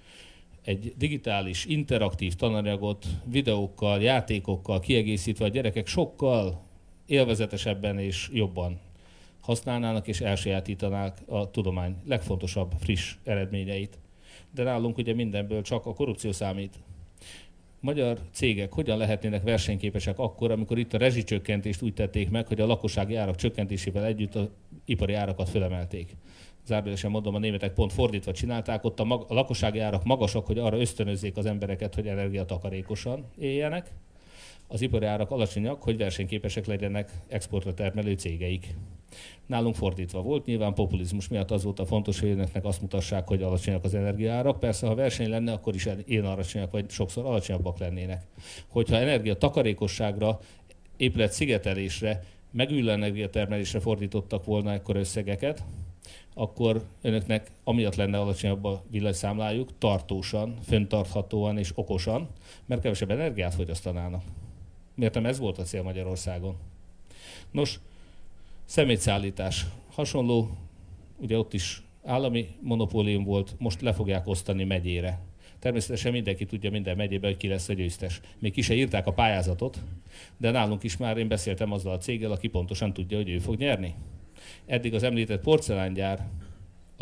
Egy digitális, interaktív tananyagot videókkal, játékokkal kiegészítve a gyerekek sokkal élvezetesebben és jobban használnának és elsajátítanák a tudomány legfontosabb friss eredményeit. De nálunk ugye mindenből csak a korrupció számít. Magyar cégek hogyan lehetnének versenyképesek akkor, amikor itt a rezsicsökkentést úgy tették meg, hogy a lakossági árak csökkentésével együtt az ipari árakat fölemelték. Zárójelesen mondom, a németek pont fordítva csinálták, ott a, mag- a lakossági árak magasak, hogy arra ösztönözzék az embereket, hogy energiatakarékosan éljenek. Az ipari árak alacsonyak, hogy versenyképesek legyenek exportra termelő cégeik. Nálunk fordítva volt, nyilván populizmus miatt az volt a fontos, hogy önöknek azt mutassák, hogy alacsonyak az energiaárak. Persze, ha verseny lenne, akkor is ilyen alacsonyak, vagy sokszor alacsonyabbak lennének. Hogyha energia takarékosságra, épület szigetelésre, megújuló energiatermelésre fordítottak volna ekkor összegeket, akkor önöknek amiatt lenne alacsonyabb a villanyszámlájuk, tartósan, fenntarthatóan és okosan, mert kevesebb energiát fogyasztanának. Miért nem ez volt a cél Magyarországon? Nos, szemétszállítás. Hasonló, ugye ott is állami monopólium volt, most le fogják osztani megyére. Természetesen mindenki tudja minden megyében, hogy ki lesz a győztes. Még ki se írták a pályázatot, de nálunk is már én beszéltem azzal a céggel, aki pontosan tudja, hogy ő fog nyerni. Eddig az említett porcelángyár a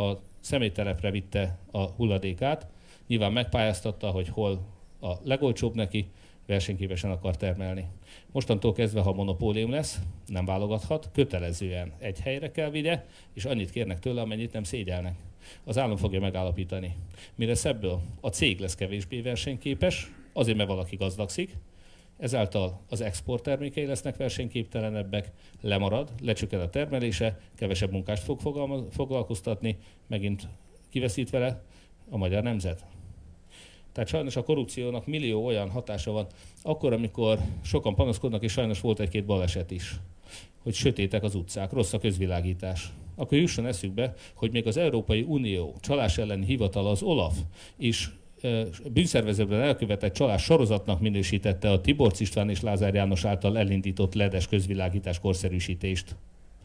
személytelepre vitte a hulladékát, nyilván megpályáztatta, hogy hol a legolcsóbb neki, versenyképesen akar termelni. Mostantól kezdve, ha monopólium lesz, nem válogathat, kötelezően egy helyre kell vigye, és annyit kérnek tőle, amennyit nem szégyelnek. Az állam fogja megállapítani. Mire ebből a cég lesz kevésbé versenyképes, azért, mert valaki gazdagszik, ezáltal az export termékei lesznek versenyképtelenebbek, lemarad, lecsökken a termelése, kevesebb munkást fog foglalkoztatni, megint kiveszít vele a magyar nemzet. Tehát sajnos a korrupciónak millió olyan hatása van, akkor, amikor sokan panaszkodnak, és sajnos volt egy-két baleset is, hogy sötétek az utcák, rossz a közvilágítás. Akkor jusson eszükbe, hogy még az Európai Unió csalás elleni hivatala, az OLAF is bűnszervezetben elkövetett csalás sorozatnak minősítette a Tiborcs István és Lázár János által elindított ledes közvilágítás korszerűsítést.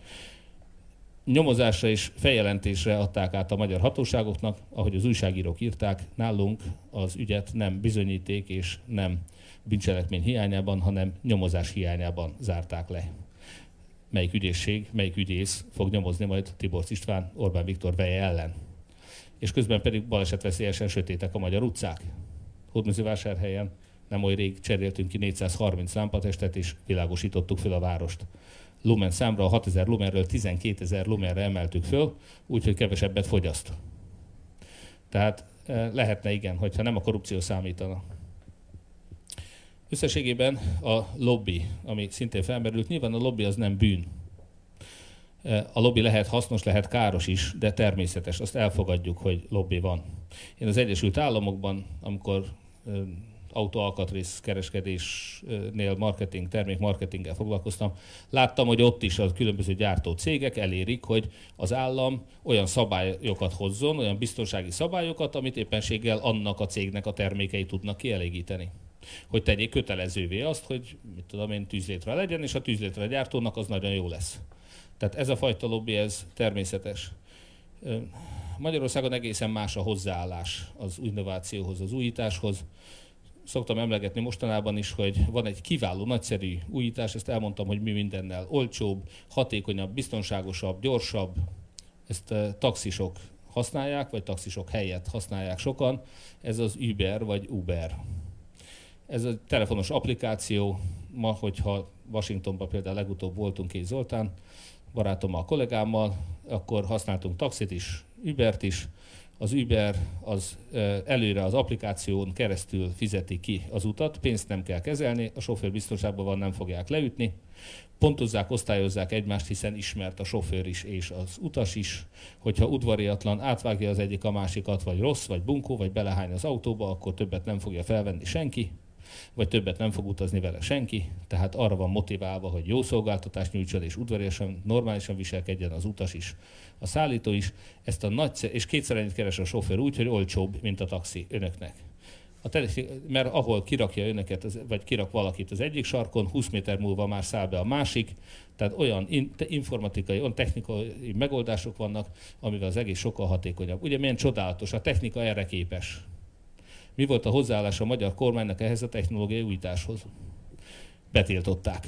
Nyomozásra és feljelentésre adták át a magyar hatóságoknak, ahogy az újságírók írták, nálunk az ügyet nem bizonyíték és nem bűncselekmény hiányában, hanem nyomozás hiányában zárták le. Melyik ügyészség, melyik ügyész fog nyomozni majd Tiborcs István, Orbán Viktor veje ellen. És közben pedig balesetveszélyesen sötétek a magyar utcák. Hódmezővásárhelyen nem oly rég cseréltünk ki négyszázharminc lámpatestet, és világosítottuk fel a várost. Lumen számra a hatezer lumenről tizenkétezer lumenre emeltük föl, úgyhogy kevesebbet fogyaszt. Tehát lehetne igen, hogyha nem a korrupció számítana. Összességében a lobby, ami szintén felmerült, nyilván a lobby az nem bűn. A lobby lehet hasznos, lehet káros is, de természetes, azt elfogadjuk, hogy lobby van. Én az Egyesült Államokban, amikor autóalkatrész kereskedésnél marketing, termékmarketinggel foglalkoztam, láttam, hogy ott is a különböző gyártó cégek elérik, hogy az állam olyan szabályokat hozzon, olyan biztonsági szabályokat, amit éppenséggel annak a cégnek a termékei tudnak kielégíteni. Hogy tegyék kötelezővé azt, hogy mit tudom én, tűzlétre legyen, és a tűzlétre gyártónak az nagyon jó lesz. Tehát ez a fajta lobby, ez természetes. Magyarországon egészen más a hozzáállás az innovációhoz, az újításhoz. Szoktam emlegetni mostanában is, hogy van egy kiváló, nagyszerű újítás, ezt elmondtam, hogy mi mindennel olcsóbb, hatékonyabb, biztonságosabb, gyorsabb. Ezt taxisok használják, vagy taxisok helyett használják sokan. Ez az Uber vagy Uber. Ez a telefonos applikáció, ma, hogyha Washingtonban például legutóbb voltunk Kéz Zoltán, barátommal, kollégámmal, akkor használtunk taxit is, Ubert is. Az Uber az előre az applikáción keresztül fizeti ki az utat, pénzt nem kell kezelni, a sofőr biztonságban van, nem fogják leütni. Pontozzák, osztályozzák egymást, hiszen ismert a sofőr is és az utas is. Hogyha udvariatlan átvágja az egyik a másikat, vagy rossz, vagy bunkó, vagy belehány az autóba, akkor többet nem fogja felvenni senki, vagy többet nem fog utazni vele senki, tehát arra van motiválva, hogy jó szolgáltatást nyújtson, és udvariasan, normálisan viselkedjen az utas is, a szállító is, ezt a nagy, és kétszer ennyit keres a sofőr úgy, hogy olcsóbb, mint a taxi önöknek. A tele, mert ahol kirakja önöket, vagy kirak valakit az egyik sarkon, húsz méter múlva már száll be a másik, tehát olyan informatikai, olyan technikai megoldások vannak, amivel az egész sokkal hatékonyabb. Ugye milyen csodálatos, a technika erre képes. Mi volt a hozzáállás a magyar kormánynak ehhez a technológiai újításhoz? Betiltották.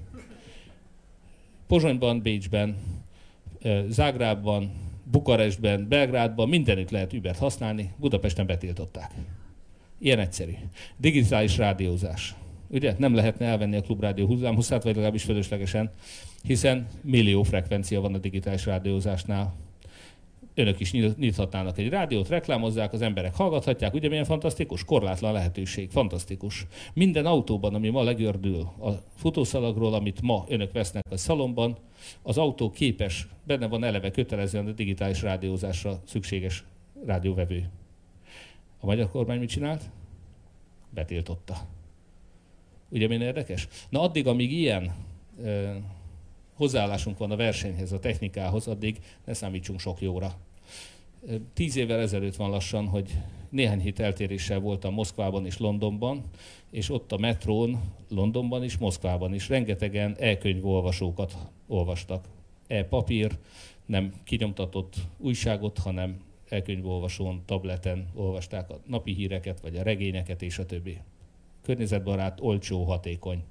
Pozsonyban, Bécsben, Zágrábban, Bukarestben, Belgrádban mindenütt lehet Ubert használni, Budapesten betiltották. Ilyen egyszerű. Digitális rádiózás. Ugye nem lehetne elvenni a klubrádió hullámhosszát, vagy legalábbis fölöslegesen, hiszen millió frekvencia van a digitális rádiózásnál. Önök is nyithatnának egy rádiót, reklámozzák, az emberek hallgathatják, ugye milyen fantasztikus? Korlátlan lehetőség, fantasztikus. Minden autóban, ami ma legördül a futószalagról, amit ma önök vesznek a szalomban, az autó képes, benne van eleve kötelezően a digitális rádiózásra szükséges rádióvevő. A magyar kormány mit csinált? Betiltotta. Ugye milyen érdekes? Na addig, amíg ilyen ö, hozzáállásunk van a versenyhez, a technikához, addig ne számítsunk sok jóra. Tíz évvel ezelőtt van lassan, hogy néhány hét eltéréssel voltam Moszkvában és Londonban, és ott a metrón, Londonban is, Moszkvában is rengetegen e-könyvolvasókat olvastak. E-papír, nem kinyomtatott újságot, hanem e-könyvolvasón, tableten olvasták a napi híreket, vagy a regényeket, és a többi. Környezetbarát, olcsó, hatékony.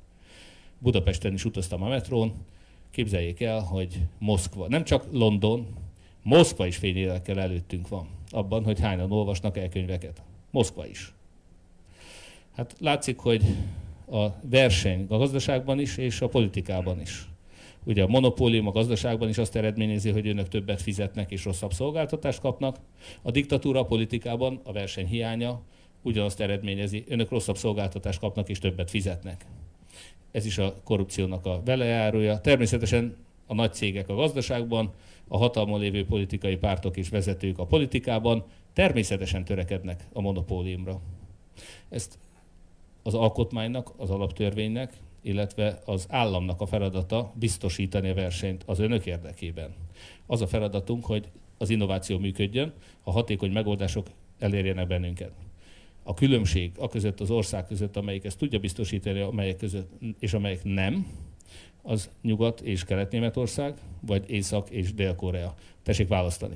Budapesten is utaztam a metrón, képzeljék el, hogy Moszkva, nem csak London, Moszkva is fényévekkel előttünk van abban, hogy hányan olvasnak el könyveket. Moszkva is. Hát látszik, hogy a verseny a gazdaságban is, és a politikában is. Ugye a monopólium a gazdaságban is azt eredményezi, hogy önök többet fizetnek és rosszabb szolgáltatást kapnak. A diktatúra a politikában a verseny hiánya ugyanazt eredményezi, önök rosszabb szolgáltatást kapnak és többet fizetnek. Ez is a korrupciónak a velejárója. Természetesen a nagy cégek a gazdaságban, a hatalmon lévő politikai pártok és vezetők a politikában természetesen törekednek a monopóliumra. Ezt az alkotmánynak, az alaptörvénynek, illetve az államnak a feladata biztosítani a versenyt az önök érdekében. Az a feladatunk, hogy az innováció működjön, a hatékony megoldások elérjenek bennünket. A különbség a között, az ország között, amelyik ezt tudja biztosítani, amelyek között, és amelyek nem, az Nyugat- és Kelet-Németország, vagy Észak- és Dél-Korea. Tessék választani.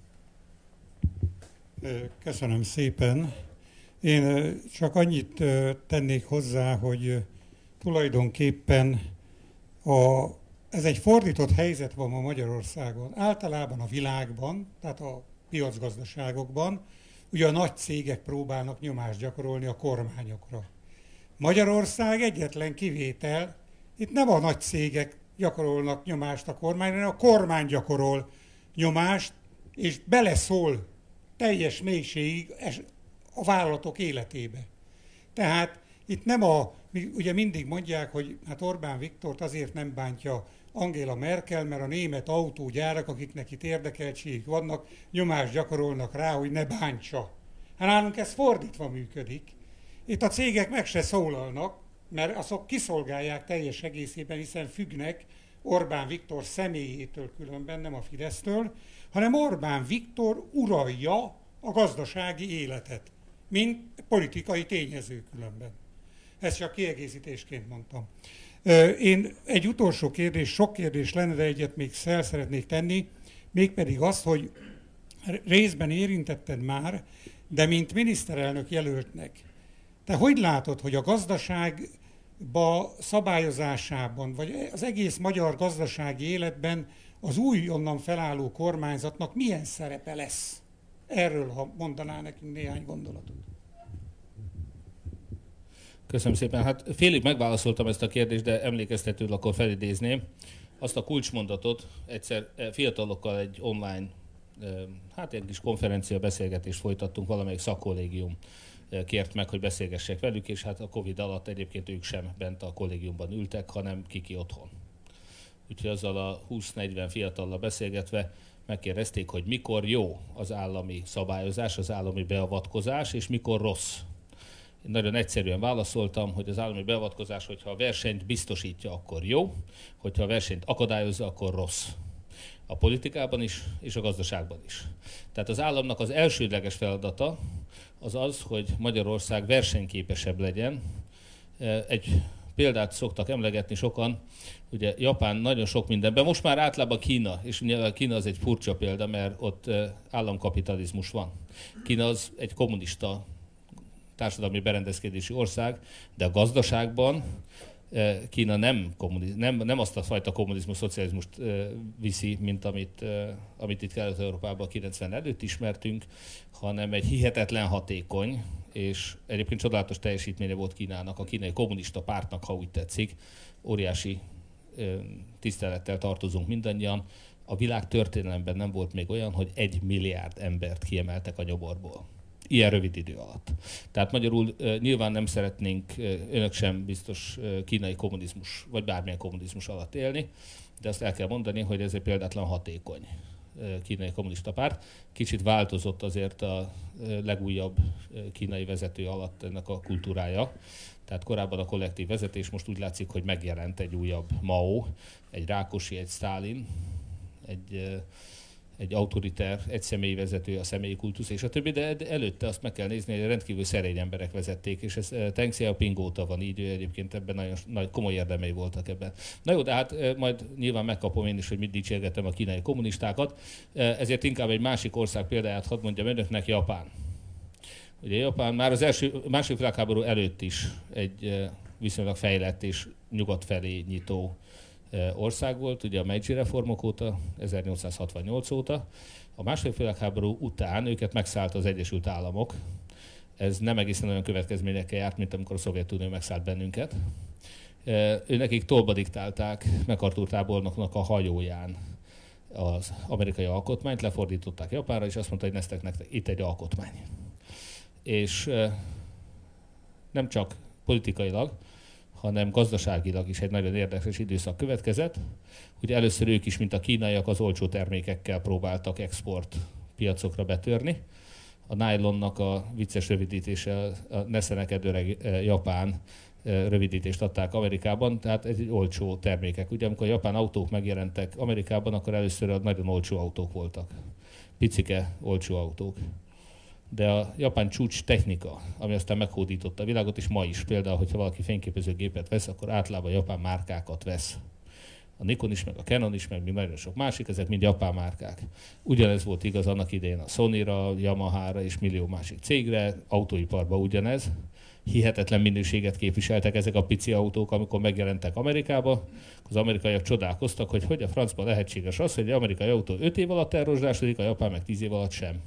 Köszönöm szépen. Én csak annyit tennék hozzá, hogy tulajdonképpen a, ez egy fordított helyzet van ma Magyarországon. Általában a világban, tehát a piacgazdaságokban, ugye a nagy cégek próbálnak nyomást gyakorolni a kormányokra. Magyarország egyetlen kivétel, itt nem a nagy cégek gyakorolnak nyomást a kormányra, hanem a kormány gyakorol nyomást, és beleszól teljes mélységig a vállalatok életébe. Tehát itt nem a, ugye mindig mondják, hogy hát Orbán Viktort azért nem bántja Angela Merkel, mert a német autógyárak, akiknek itt érdekeltségük vannak, nyomást gyakorolnak rá, hogy ne bántsa. Hát nálunk ez fordítva működik. Itt a cégek meg se szólalnak, mert azok kiszolgálják teljes egészében, hiszen függnek Orbán Viktor személyétől különben, nem a Fidesztől, hanem Orbán Viktor uralja a gazdasági életet, mint politikai tényező különben. Ezt csak kiegészítésként mondtam. Én egy utolsó kérdés, sok kérdés lenne, de egyet még fel szeretnék tenni, mégpedig azt, hogy részben érintetted már, de mint miniszterelnök jelöltnek, te hogy látod, hogy a gazdaságba szabályozásában, vagy az egész magyar gazdasági életben az újonnan felálló kormányzatnak milyen szerepe lesz? Erről, ha mondanál nekünk néhány gondolatot. Köszönöm szépen. Hát félig megválaszoltam ezt a kérdést, de emlékeztetőül akkor felidézném. Azt a kulcsmondatot egyszer fiatalokkal egy online, hát egy kis konferencia beszélgetést folytattunk, valamelyik szakkollégium kért meg, hogy beszélgessek velük, és hát a Covid alatt egyébként ők sem bent a kollégiumban ültek, hanem kiki otthon. Úgyhogy azzal a húsz-negyven fiatallal beszélgetve megkérdezték, hogy mikor jó az állami szabályozás, az állami beavatkozás, és mikor rossz. Én nagyon egyszerűen válaszoltam, hogy az állami beavatkozás, hogyha a versenyt biztosítja, akkor jó, hogyha a versenyt akadályozza, akkor rossz. A politikában is, és a gazdaságban is. Tehát az államnak az elsődleges feladata az az, hogy Magyarország versenyképesebb legyen. Egy példát szoktak emlegetni sokan, ugye Japán nagyon sok mindenben, most már általában Kína, és nyilván Kína az egy furcsa példa, mert ott államkapitalizmus van. Kína az egy kommunista társadalmi berendezkedési ország, de a gazdaságban Kína nem, nem, nem azt a fajta kommunizmus, szocializmust viszi, mint amit, amit itt Kelet-Európában kilencven előtt ismertünk, hanem egy hihetetlen hatékony, és egyébként csodálatos teljesítménye volt Kínának, a kínai kommunista pártnak, ha úgy tetszik, óriási tisztelettel tartozunk mindannyian. A világ történelemben nem volt még olyan, hogy egy milliárd embert kiemeltek a nyoborból. Ilyen rövid idő alatt. Tehát magyarul nyilván nem szeretnénk, önök sem biztos kínai kommunizmus, vagy bármilyen kommunizmus alatt élni, de azt el kell mondani, hogy ez egy példátlan hatékony kínai kommunista párt. Kicsit változott azért a legújabb kínai vezető alatt ennek a kultúrája. Tehát korábban a kollektív vezetés, most úgy látszik, hogy megjelent egy újabb Mao, egy Rákosi, egy Sztálin, egy egy autoriter, egy személyi vezető, a személyi kultusz és a többi, de előtte azt meg kell nézni, hogy rendkívül szerény emberek vezették, és ez Deng Xiaoping óta van így, ő egyébként ebben nagyon, nagyon komoly érdemei voltak ebben. Na jó, de hát majd nyilván megkapom én is, hogy mit dicsérgetem a kínai kommunistákat, ezért inkább egy másik ország példáját hadd mondjam önöknek, Japán. Ugye Japán már az első, második világháború előtt is egy viszonylag fejlett és nyugat felé nyitó ország volt, ugye a Meiji reformok óta, ezernyolcszázhatvannyolc óta. A második világháború után őket megszállt az Egyesült Államok. Ez nem egészen olyan következményekkel járt, mint amikor a Szovjetunió megszállt bennünket. Ő nekik tolba diktálták MacArthur tábornoknak a hajóján az amerikai alkotmányt, lefordították Japánra, és azt mondta, hogy neztek nektek itt egy alkotmány. És nem csak politikailag, hanem gazdaságilag is egy nagyon érdekes időszak következett. Ugye először ők is, mint a kínaiak, az olcsó termékekkel próbáltak export piacokra betörni. A nylonnak a vicces rövidítése, a neszenekedő japán rövidítést adták Amerikában, tehát ez egy olcsó termékek. Ugye amikor a japán autók megjelentek Amerikában, akkor először a nagyon olcsó autók voltak. Picike, olcsó autók. De a japán csúcs technika, ami aztán meghódította a világot, és ma is például, hogyha valaki fényképezőgépet vesz, akkor általában japán márkákat vesz. A Nikon is, meg a Canon is, meg még nagyon sok másik, ezek mind japán márkák. Ugyanez volt igaz annak idején a Sonyra, Yamahára és millió másik cégre, autóiparban ugyanez. Hihetetlen minőséget képviseltek ezek a pici autók, amikor megjelentek Amerikába. Az amerikaiak csodálkoztak, hogy hogy a francban lehetséges az, hogy egy amerikai autó öt év alatt elrozsdásodik, a japán meg tíz év alatt sem.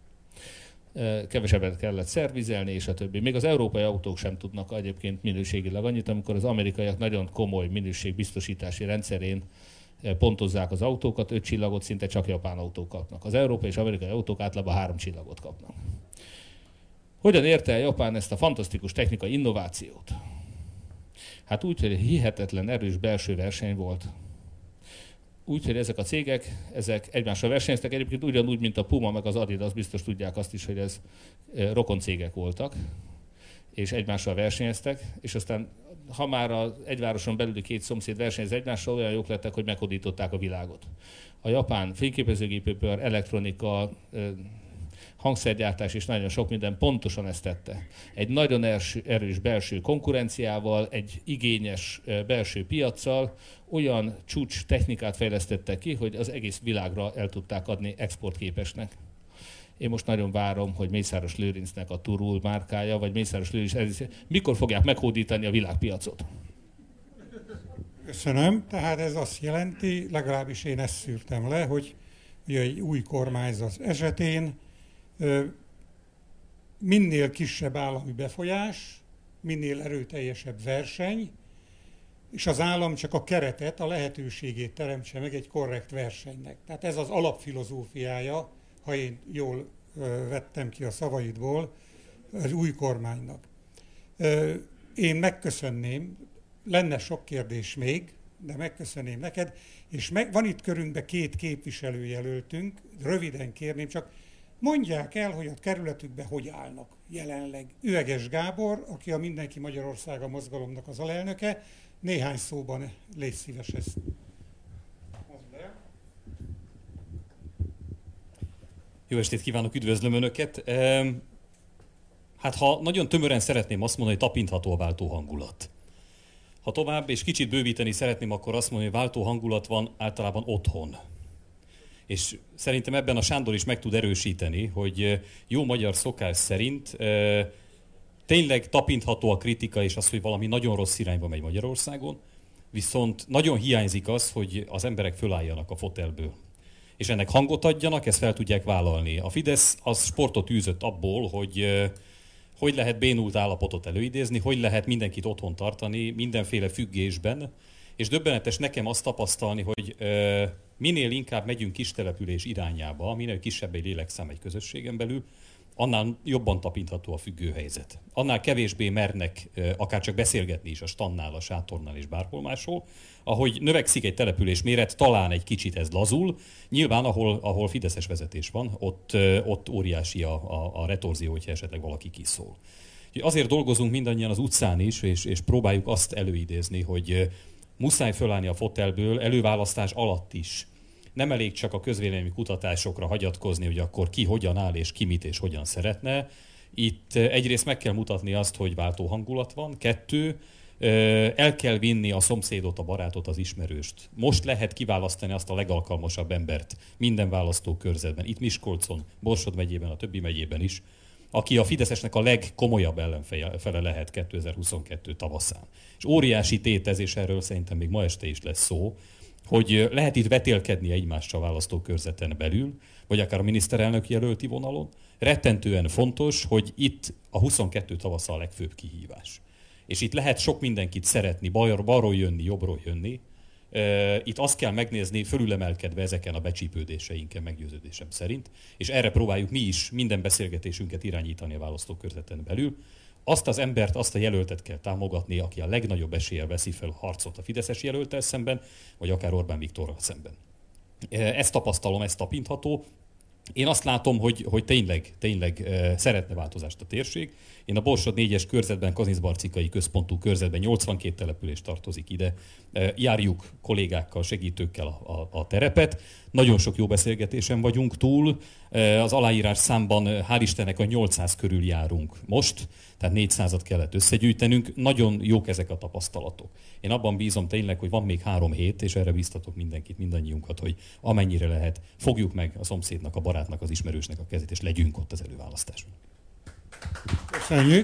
Kevesebbet kellett szervizelni, és a többi. Még az európai autók sem tudnak egyébként minőségileg annyit, amikor az amerikaiak nagyon komoly minőségbiztosítási rendszerén pontozzák az autókat, öt csillagot szinte csak japán autók kapnak. Az európai és amerikai autók általában három csillagot kapnak. Hogyan érte el Japán ezt a fantasztikus technikai innovációt? Hát úgy, hogy hihetetlen erős belső verseny volt. Úgy, hogy ezek a cégek, ezek egymással versenyeztek, egyébként ugyanúgy, mint a Puma meg az Adidas, biztos tudják azt is, hogy ez rokon cégek voltak, és egymással versenyeztek, és aztán ha már az egy városon belüli két szomszéd versenyez egymással, olyan jók lettek, hogy meghódították a világot. A japán fényképezőgépipar, elektronika, hangszergyártás és nagyon sok minden pontosan ezt tette. Egy nagyon erős belső konkurenciával, egy igényes belső piaccal olyan csúcs technikát fejlesztettek ki, hogy az egész világra el tudták adni exportképesnek. Én most nagyon várom, hogy Mészáros Lőrincnek a Turul márkája, vagy Mészáros Lőrinc, mikor fogják meghódítani a világpiacot? Köszönöm. Tehát ez azt jelenti, legalábbis én ezt szűrtem le, hogy egy új kormányzat esetén minél kisebb állami befolyás, minél erőteljesebb verseny, és az állam csak a keretet, a lehetőségét teremtse meg egy korrekt versenynek. Tehát ez az alapfilozófiája, ha én jól vettem ki a szavaidból, az új kormánynak. Én megköszönném, lenne sok kérdés még, de megköszönném neked, és meg, van itt körünkben két képviselőjelöltünk, röviden kérném, csak mondják el, hogy a kerületükben hogy állnak jelenleg. Üveges Gábor, aki a Mindenki Magyarországa mozgalomnak az alelnöke, néhány szóban légy szíves ezt. Jó estét kívánok, üdvözlöm Önöket! Hát ha nagyon tömören szeretném azt mondani, hogy tapintható a váltó hangulat. Ha tovább és kicsit bővíteni szeretném, akkor azt mondani, hogy váltó hangulat van általában otthon. És szerintem ebben a Sándor is meg tud erősíteni, hogy jó magyar szokás szerint tényleg tapintható a kritika és az, hogy valami nagyon rossz irányba megy Magyarországon, viszont nagyon hiányzik az, hogy az emberek fölálljanak a fotelből. És ennek hangot adjanak, ezt fel tudják vállalni. A Fidesz az sportot űzött abból, hogy hogy lehet bénult állapotot előidézni, hogy lehet mindenkit otthon tartani, mindenféle függésben, és döbbenetes nekem azt tapasztalni, hogy minél inkább megyünk kistelepülés irányába, minél kisebb egy lélekszám egy közösségen belül, annál jobban tapintható a függő helyzet. Annál kevésbé mernek akár csak beszélgetni is a stannál, a sátornál és bárhol máshol. Ahogy növekszik egy település méret, talán egy kicsit ez lazul. Nyilván, ahol, ahol fideszes vezetés van, ott, ott óriási a, a, a retorzió, hogyha esetleg valaki kiszól. Azért dolgozunk mindannyian az utcán is, és, és próbáljuk azt előidézni, hogy muszáj fölállni a fotelből, előválasztás alatt is. Nem elég csak a közvélemény kutatásokra hagyatkozni, hogy akkor ki hogyan áll, és ki mit és hogyan szeretne. Itt egyrészt meg kell mutatni azt, hogy váltó hangulat van. Kettő, el kell vinni a szomszédot, a barátot, az ismerőst. Most lehet kiválasztani azt a legalkalmasabb embert minden választókörzetben. Itt Miskolcon, Borsod megyében, a többi megyében is. aki a Fideszesnek a legkomolyabb ellenfele lehet kétezer-huszonkettő tavaszán. És óriási tétezés, erről szerintem még ma este is lesz szó, hogy lehet itt vetélkedni egymással választókörzeten belül, vagy akár a miniszterelnök jelölti vonalon. Rettentően fontos, hogy itt a huszonkettő tavasza a legfőbb kihívás. És itt lehet sok mindenkit szeretni, balról jönni, jobbról jönni. Itt azt kell megnézni, fölülemelkedve ezeken a becsípődéseinken, meggyőződésem szerint, és erre próbáljuk mi is minden beszélgetésünket irányítani a választókörzeten belül. Azt az embert, azt a jelöltet kell támogatni, aki a legnagyobb eséllyel veszi fel a harcot a fideszes jelölttel szemben, vagy akár Orbán Viktorral szemben. Ezt tapasztalom, ez tapintható. Én azt látom, hogy, hogy tényleg, tényleg szeretne változást a térség. Én a Borsod négyes körzetben, Kazincbarcikai központú körzetben nyolcvankét település tartozik ide. Járjuk kollégákkal, segítőkkel a, a, a terepet. Nagyon sok jó beszélgetésen vagyunk túl. Az aláírás számban hál' Istennek a nyolcszáz körül járunk most, tehát négyszázat kellett összegyűjtenünk. Nagyon jók ezek a tapasztalatok. Én abban bízom tényleg, hogy van még három hét, és erre biztatok mindenkit, mindannyiunkat, hogy amennyire lehet, fogjuk meg a szomszédnak, a barátnak, az ismerősnek a kezét, és legyünk ott az előválasztáson. Köszönjük!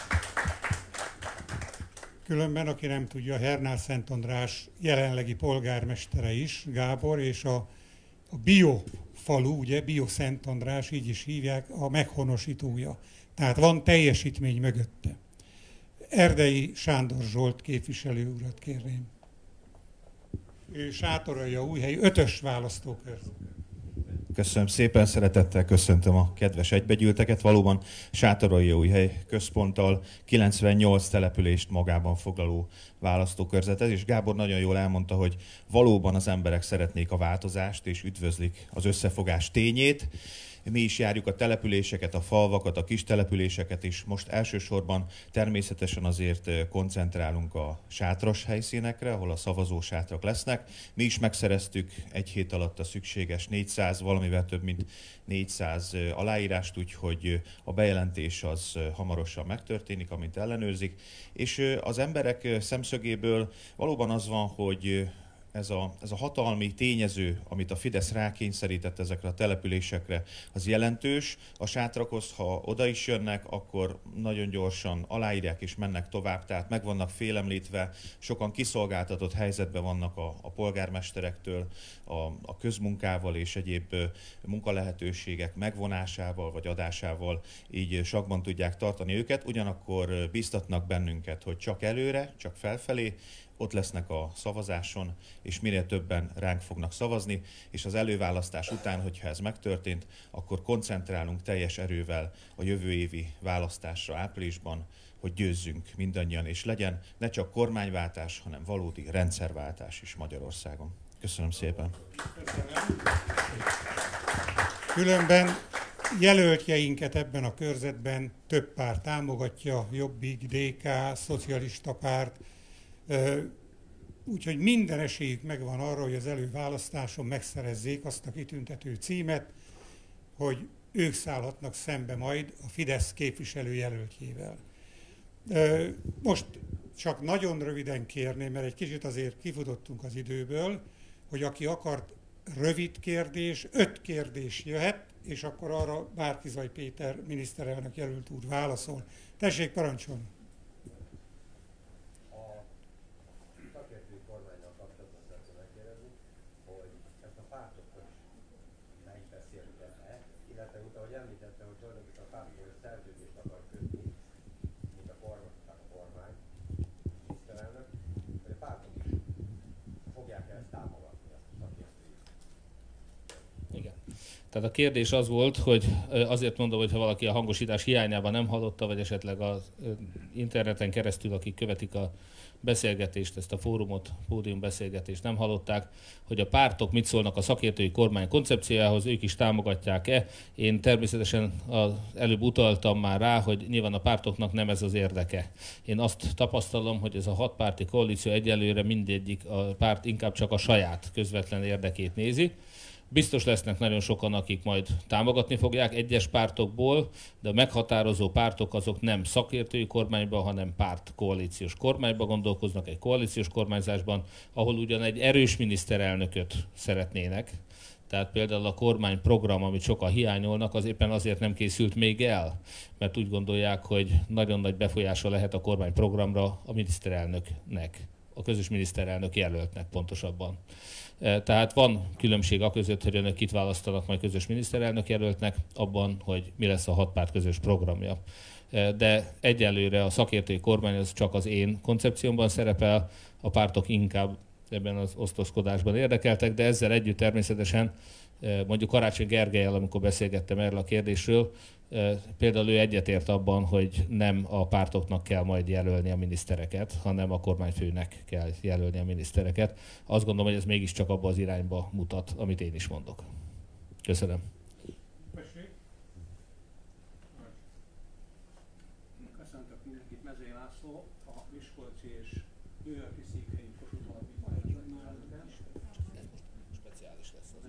Különben, aki nem tudja, Hernál Szent András jelenlegi polgármestere is, Gábor, és a, a Bio falu, ugye, Bio Szent András, így is hívják, a meghonosítója. Tehát van teljesítmény mögötte. Erdei Sándor Zsolt képviselő urat kérném. Ő Sátoraljaújhely ötös választókörzet. Köszönöm szépen, szeretettel köszöntöm a kedves egybegyűlteket. Valóban Sátoraljaújhely központtal kilencvennyolc települést magában foglaló választókörzet ez, és Gábor nagyon jól elmondta, hogy valóban az emberek szeretnék a változást, és üdvözlik az összefogás tényét. Mi is járjuk a településeket, a falvakat, a kis településeket, és most elsősorban természetesen azért koncentrálunk a sátras helyszínekre, ahol a szavazó sátrak lesznek. Mi is megszereztük egy hét alatt a szükséges négyszáz, valamivel több mint négyszáz aláírást, úgyhogy a bejelentés az hamarosan megtörténik, amint ellenőrzik. És az emberek szemszögéből valóban az van, hogy Ez a, ez a hatalmi tényező, amit a Fidesz rákényszerített ezekre a településekre, az jelentős. A sátrakhoz, ha oda is jönnek, akkor nagyon gyorsan aláírják és mennek tovább, tehát meg vannak félemlítve, sokan kiszolgáltatott helyzetben vannak a, a polgármesterektől, a, a közmunkával és egyéb munkalehetőségek megvonásával vagy adásával, így sakban tudják tartani őket, ugyanakkor bíztatnak bennünket, hogy csak előre, csak felfelé, ott lesznek a szavazáson, és minél többen ránk fognak szavazni, és az előválasztás után, hogyha ez megtörtént, akkor koncentrálunk teljes erővel a jövő évi választásra áprilisban, hogy győzzünk mindannyian, és legyen ne csak kormányváltás, hanem valódi rendszerváltás is Magyarországon. Köszönöm szépen! Köszönöm. Különben jelöltjeinket ebben a körzetben több párt támogatja, Jobbik, dé ká, Szocialista Párt, úgyhogy minden esélyük megvan arra, hogy az előválasztáson megszerezzék azt a kitüntető címet, hogy ők szállhatnak szembe majd a Fidesz képviselőjelöltjével. Most csak nagyon röviden kérném, mert egy kicsit azért kifutottunk az időből, hogy aki akart rövid kérdés, öt kérdés jöhet, és akkor arra Márki-Zay Péter miniszterelnök jelölt úr válaszol. Tessék, parancsolni! Tehát a kérdés az volt, hogy azért mondom, hogy ha valaki a hangosítás hiányában nem hallotta, vagy esetleg az interneten keresztül, akik követik a beszélgetést, ezt a fórumot, pódium beszélgetést nem hallották, hogy a pártok mit szólnak a szakértői kormány koncepciójához, ők is támogatják-e. Én természetesen az előbb utaltam már rá, hogy nyilván a pártoknak nem ez az érdeke. Én azt tapasztalom, hogy ez a hatpárti koalíció egyelőre mindegyik a párt inkább csak a saját közvetlen érdekét nézi. Biztos lesznek nagyon sokan, akik majd támogatni fogják egyes pártokból, de a meghatározó pártok azok nem szakértői kormányban, hanem párt koalíciós kormányban gondolkoznak, egy koalíciós kormányzásban, ahol ugyan egy erős miniszterelnököt szeretnének, Tehát például a kormányprogram, amit sokan hiányolnak, az éppen azért nem készült még el, mert úgy gondolják, hogy nagyon nagy befolyása lehet a kormányprogramra a miniszterelnöknek, a közös miniszterelnök jelöltnek pontosabban. Tehát van különbség a között, hogy önök kit választanak majd közös miniszterelnök jelöltnek, abban, hogy mi lesz a hat párt közös programja. De egyelőre a szakértői kormány az csak az én koncepciómban szerepel, a pártok inkább ebben az osztozkodásban érdekeltek, de ezzel együtt természetesen mondjuk Karácsony Gergellyel, amikor beszélgettem erről a kérdésről, például ő egyetért abban, hogy nem a pártoknak kell majd jelölni a minisztereket, hanem a kormányfőnek kell jelölni a minisztereket. Azt gondolom, hogy ez mégiscsak abba az irányba mutat, amit én is mondok. Köszönöm. Köszöntök mindenkit, Mezei László, a Miskolci és New York-i Székhelyi Kossuth Alapítvány elnöke. Speciális lesz az.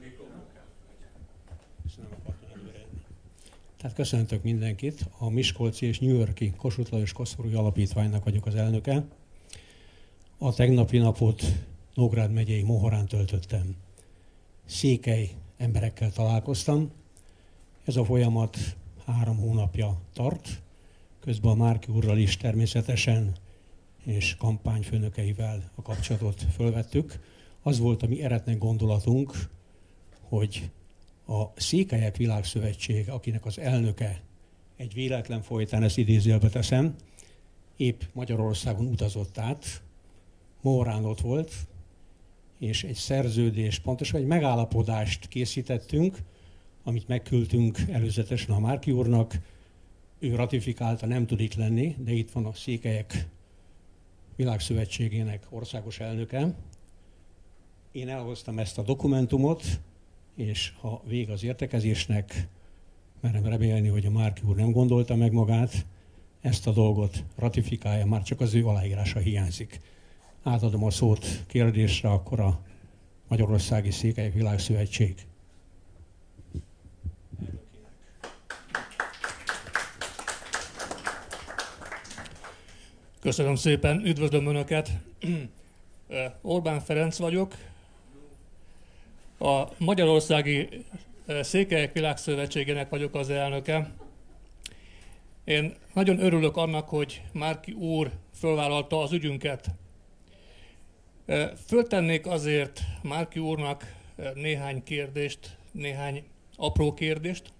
Tehát köszöntök mindenkit, a Miskolci és New York-i Kossuth Lajos Koszorúi Alapítványnak vagyok az elnöke. A tegnapi napot Nógrád megyei Mohorán töltöttem. Székely emberekkel találkoztam. Ez a folyamat három hónapja tart. Közben a Márki úrral is természetesen és kampányfőnökeivel a kapcsolatot fölvettük. Az volt a mi eretnek gondolatunk, hogy a Székelyek Világszövetség, akinek az elnöke egy véletlen folytán, ezt idézőjelbe teszem, épp Magyarországon utazott át, Mohorán ott volt, és egy szerződés, pontosan egy megállapodást készítettünk, amit megküldtünk előzetesen a Márki úrnak. Ő ratifikálta, nem tud itt lenni, de itt van a Székelyek Világszövetségének országos elnöke. Én elhoztam ezt a dokumentumot, és ha vége az értekezésnek, merem remélni, hogy a Márki úr nem gondolta meg magát, ezt a dolgot ratifikálja, már csak az ő aláírása hiányzik. Átadom a szót kérdésre, akkor a Magyarországi Székelyek Világszövetség. Köszönöm szépen, üdvözlöm Önöket! Orbán Ferenc vagyok, a Magyarországi Székelyek Világszövetségének vagyok az elnöke. Én nagyon örülök annak, hogy Márki úr fölvállalta az ügyünket. Föltennék azért Márki úrnak néhány kérdést, néhány apró kérdést.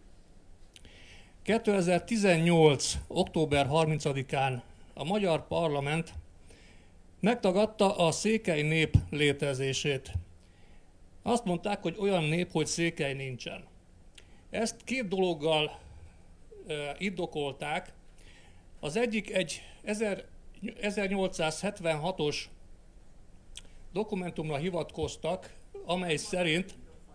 kétezer-tizennyolc. október harmincadikán a Magyar Parlament megtagadta a székely nép létezését. Azt mondták, hogy olyan nép, hogy székely nincsen. Ezt két dologgal e, indokolták. Az egyik egy ezernyolcszázhetvenhatos dokumentumra hivatkoztak, amely szerint...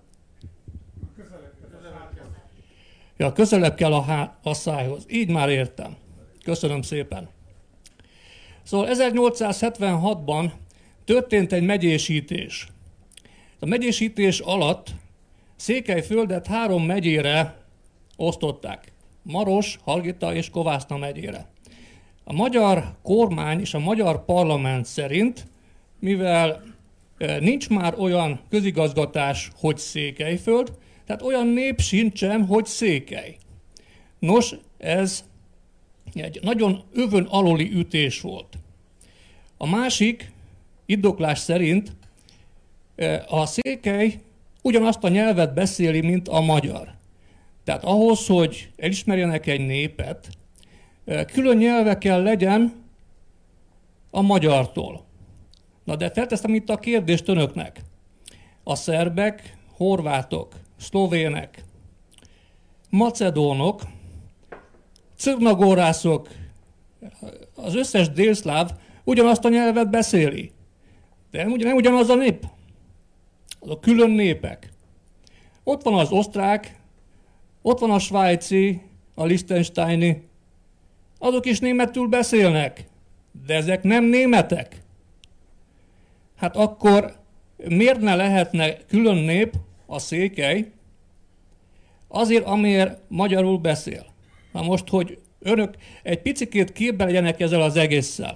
Ja, közelebb kell a, há, a szájhoz. Így már értem. Köszönöm szépen. Szóval ezernyolcszázhetvenhatban történt egy megyésítés. A megyésítés alatt Székelyföldet három megyére osztották. Maros, Hargita és Kovászna megyére. A magyar kormány és a magyar parlament szerint, mivel nincs már olyan közigazgatás, hogy Székelyföld, tehát olyan nép sincsen, hogy Székely. Nos, ez egy nagyon övön aluli ütés volt. A másik indoklás szerint a székely ugyanazt a nyelvet beszéli, mint a magyar. Tehát ahhoz, hogy elismerjenek egy népet, külön nyelve kell legyen a magyartól. Na de felteszem itt a kérdést önöknek. A szerbek, horvátok, szlovének, macedónok, czrnagórászok, az összes délszláv ugyanazt a nyelvet beszéli. De nem ugyanaz a nép. Azok külön népek. Ott van az osztrák, ott van a svájci, a liechtensteini, azok is németül beszélnek, de ezek nem németek. Hát akkor miért ne lehetne külön nép a székely, azért, amiért magyarul beszél. Na most, hogy önök egy picikét képbe legyenek ezzel az egésszel.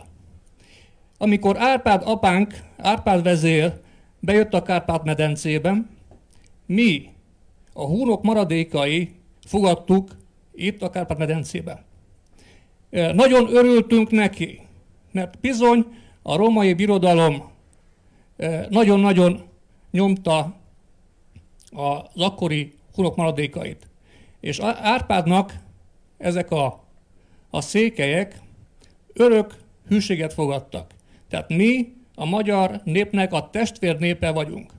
Amikor Árpád apánk, Árpád vezér bejött a Kárpát-medencében, mi, a húnok maradékai fogadtuk itt a Kárpát-medencébe. Nagyon örültünk neki, mert bizony a római birodalom nagyon-nagyon nyomta az akkori hunok maradékait. És Árpádnak ezek a, a székelyek örök hűséget fogadtak. Tehát mi a magyar népnek a testvérnépe vagyunk.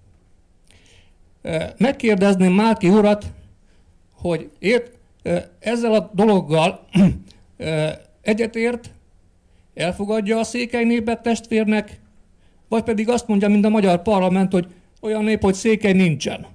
Megkérdezném Málki urat, hogy ért, ezzel a dologgal egyetért, elfogadja a székely népet testvérnek, vagy pedig azt mondja, mint a magyar parlament, hogy olyan nép, hogy székely nincsen.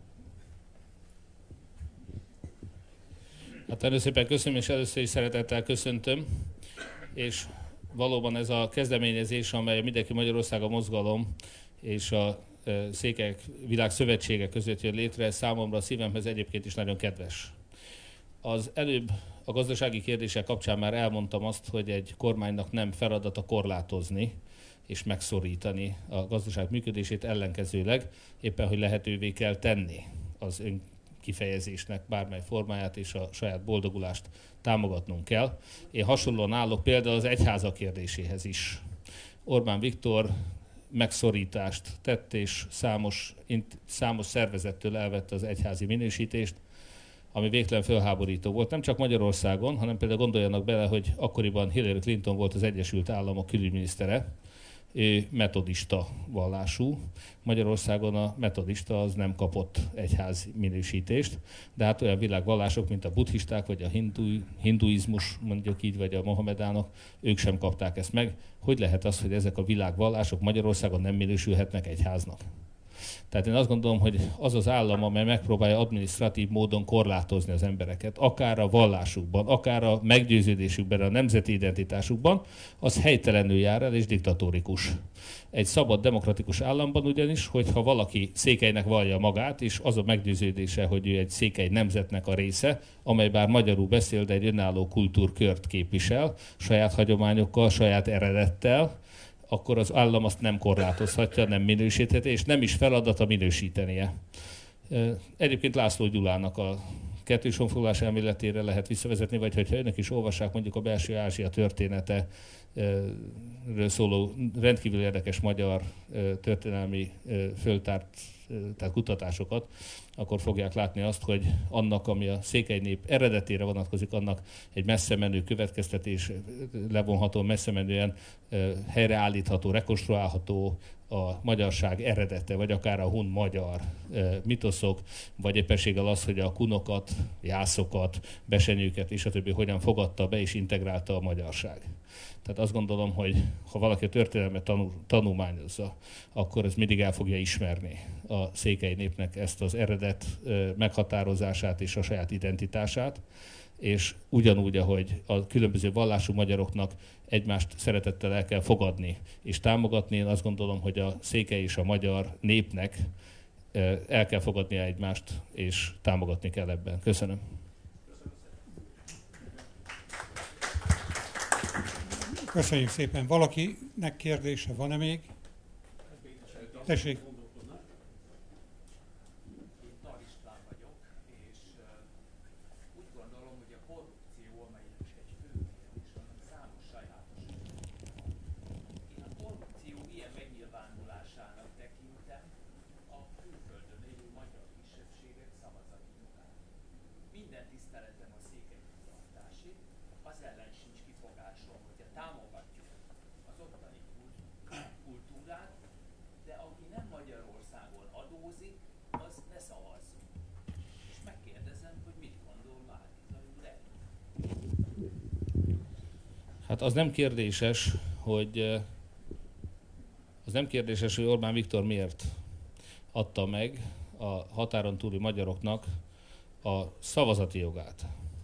Hát először szépen köszönöm, és először is szeretettel köszöntöm, és valóban ez a kezdeményezés, amely Mindenki Magyarország a mozgalom és a Székelyek Világszövetsége között jön létre, számomra a szívemhez egyébként is nagyon kedves. Az előbb a gazdasági kérdések kapcsán már elmondtam azt, hogy egy kormánynak nem feladata korlátozni és megszorítani a gazdaság működését, ellenkezőleg éppen, hogy lehetővé kell tenni az önkifejezésnek bármely formáját, és a saját boldogulást támogatnunk kell. Én hasonlóan állok például az egyháza kérdéséhez is. Orbán Viktor megszorítást tett, és számos, számos szervezettől elvette az egyházi minősítést, ami végtelen fölháborító volt. Nem csak Magyarországon, hanem például gondoljanak bele, hogy akkoriban Hillary Clinton volt az Egyesült Államok külügyminisztere, ő metodista vallású. Magyarországon a metodista az nem kapott egyházi minősítést, de hát olyan világvallások, mint a buddhisták, vagy a hindu, hinduizmus, mondjuk így, vagy a mohamedánok, ők sem kapták ezt meg. Hogy lehet az, hogy ezek a világvallások Magyarországon nem minősülhetnek egyháznak? Tehát én azt gondolom, hogy az az állam, amely megpróbálja adminisztratív módon korlátozni az embereket, akár a vallásukban, akár a meggyőződésükben, a nemzeti identitásukban, az helytelenül jár el és diktatórikus. Egy szabad, demokratikus államban ugyanis, hogyha valaki székelynek vallja magát, és az a meggyőződése, hogy ő egy székely nemzetnek a része, amely bár magyarul beszél, de egy önálló kultúrkört képvisel, saját hagyományokkal, saját eredettel, akkor az állam azt nem korlátozhatja, nem minősítheti, és nem is feladata minősítenie. Egyébként László Gyulának a kettős honfoglalás elméletére lehet visszavezetni, vagy hogyha önök is olvassák mondjuk a Belső Ázsia története ről szóló rendkívül érdekes magyar történelmi föltárt, tehát kutatásokat, akkor fogják látni azt, hogy annak, ami a székely nép eredetére vonatkozik, annak egy messze menő következtetés, levonható, messze menően helyreállítható, rekonstruálható a magyarság eredete, vagy akár a hun magyar mitoszok, vagy éppenséggel az, hogy a kunokat, jászokat, besenyőket és a többi hogyan fogadta be és integrálta a magyarság. Tehát azt gondolom, hogy ha valaki a történelmet tanul, tanulmányozza, akkor ez mindig el fogja ismerni a székely népnek ezt az eredet meghatározását és a saját identitását, és ugyanúgy, ahogy a különböző vallású magyaroknak egymást szeretettel el kell fogadni és támogatni, én azt gondolom, hogy a székely és a magyar népnek el kell fogadnia egymást, és támogatni kell ebben. Köszönöm. Köszönjük szépen. Valakinek kérdése van-e még? Tessék. Hát az nem kérdéses, hogy az nem kérdéses, hogy Orbán Viktor miért adta meg a határon túli magyaroknak a szavazati jogát.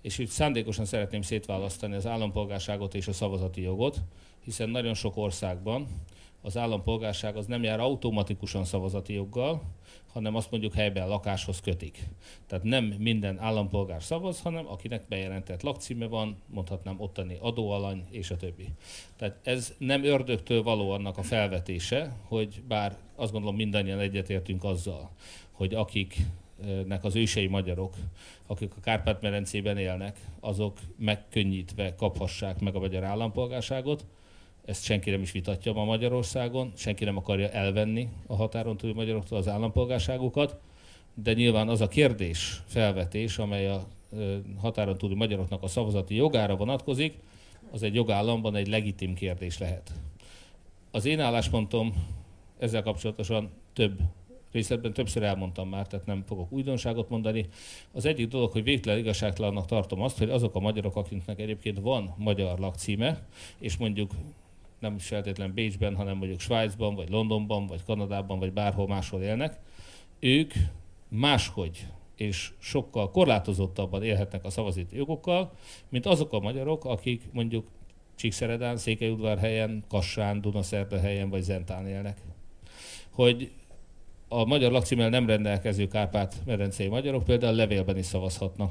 és itt szándékosan szeretném szétválasztani az állampolgárságot és a szavazati jogot, hiszen nagyon sok országban az állampolgárság az nem jár automatikusan szavazati joggal, hanem azt mondjuk helyben lakáshoz kötik. Tehát nem minden állampolgár szavaz, hanem akinek bejelentett lakcíme van, mondhatnám ottani adóalany, és a többi. Tehát ez nem ördögtől való annak a felvetése, hogy bár azt gondolom mindannyian egyetértünk azzal, hogy akiknek az ősei magyarok, akik a Kárpát-medencében élnek, azok megkönnyítve kaphassák meg a magyar állampolgárságot. Ezt senki nem is vitatja ma Magyarországon, senki nem akarja elvenni a határon túli magyaroktól az állampolgárságukat, de nyilván az a kérdés, felvetés, amely a határon túli magyaroknak a szavazati jogára vonatkozik, az egy jogállamban egy legitim kérdés lehet. Az én álláspontom ezzel kapcsolatosan több részletben többször elmondtam már, tehát nem fogok újdonságot mondani. Az egyik dolog, hogy végtelen igazságtalannak tartom azt, hogy azok a magyarok, akiknek egyébként van magyar lakcíme, és mondjuk nem is feltétlenül Bécsben, hanem mondjuk Svájcban, vagy Londonban, vagy Kanadában, vagy bárhol máshol élnek, ők máshogy és sokkal korlátozottabban élhetnek a szavazati jogokkal, mint azok a magyarok, akik mondjuk Csíkszeredán, Székelyudvarhelyen, Kassán, Dunaszerdahelyen vagy Zentán élnek. Hogy a magyar lakcímmel nem rendelkező Kárpát-medencei magyarok például levélben is szavazhatnak.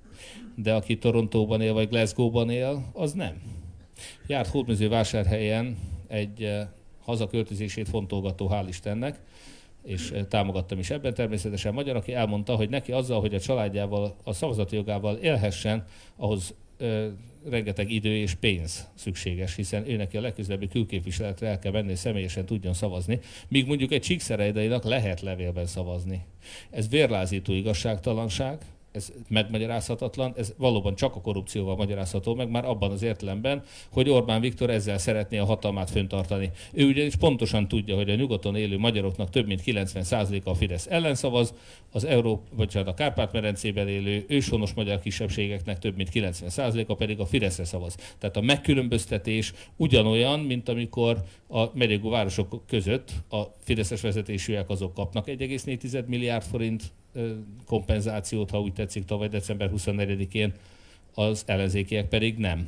De aki Torontóban él, vagy Glasgow-ban él, az nem. Járt Hódmezővásárhelyen egy eh, hazaköltözését fontolgató, hál' Istennek, és eh, támogattam is ebben természetesen magyar, aki elmondta, hogy neki azzal, hogy a családjával, a szavazati jogával élhessen, ahhoz eh, rengeteg idő és pénz szükséges, hiszen ő neki a legközelebbi külképviseletre el kell menni, és személyesen tudjon szavazni, míg mondjuk egy csíkszeredainak lehet levélben szavazni. Ez vérlázító igazságtalanság, ez megmagyarázhatatlan, ez valóban csak a korrupcióval magyarázható meg, már abban az értelemben, hogy Orbán Viktor ezzel szeretné a hatalmát föntartani. Ő ugyanis pontosan tudja, hogy a nyugaton élő magyaroknak több mint kilencven százaléka a Fidesz ellen szavaz, az Euró, vagy a Kárpát-medencében élő őshonos magyar kisebbségeknek több mint kilencven százaléka pedig a Fideszre szavaz. Tehát a megkülönböztetés ugyanolyan, mint amikor a megyegú városok között a fideszes vezetésűek azok kapnak egy egész négy milliárd forint kompenzációt, ha úgy tetszik, tavaly december huszonnegyedikén, az ellenzékiek pedig nem.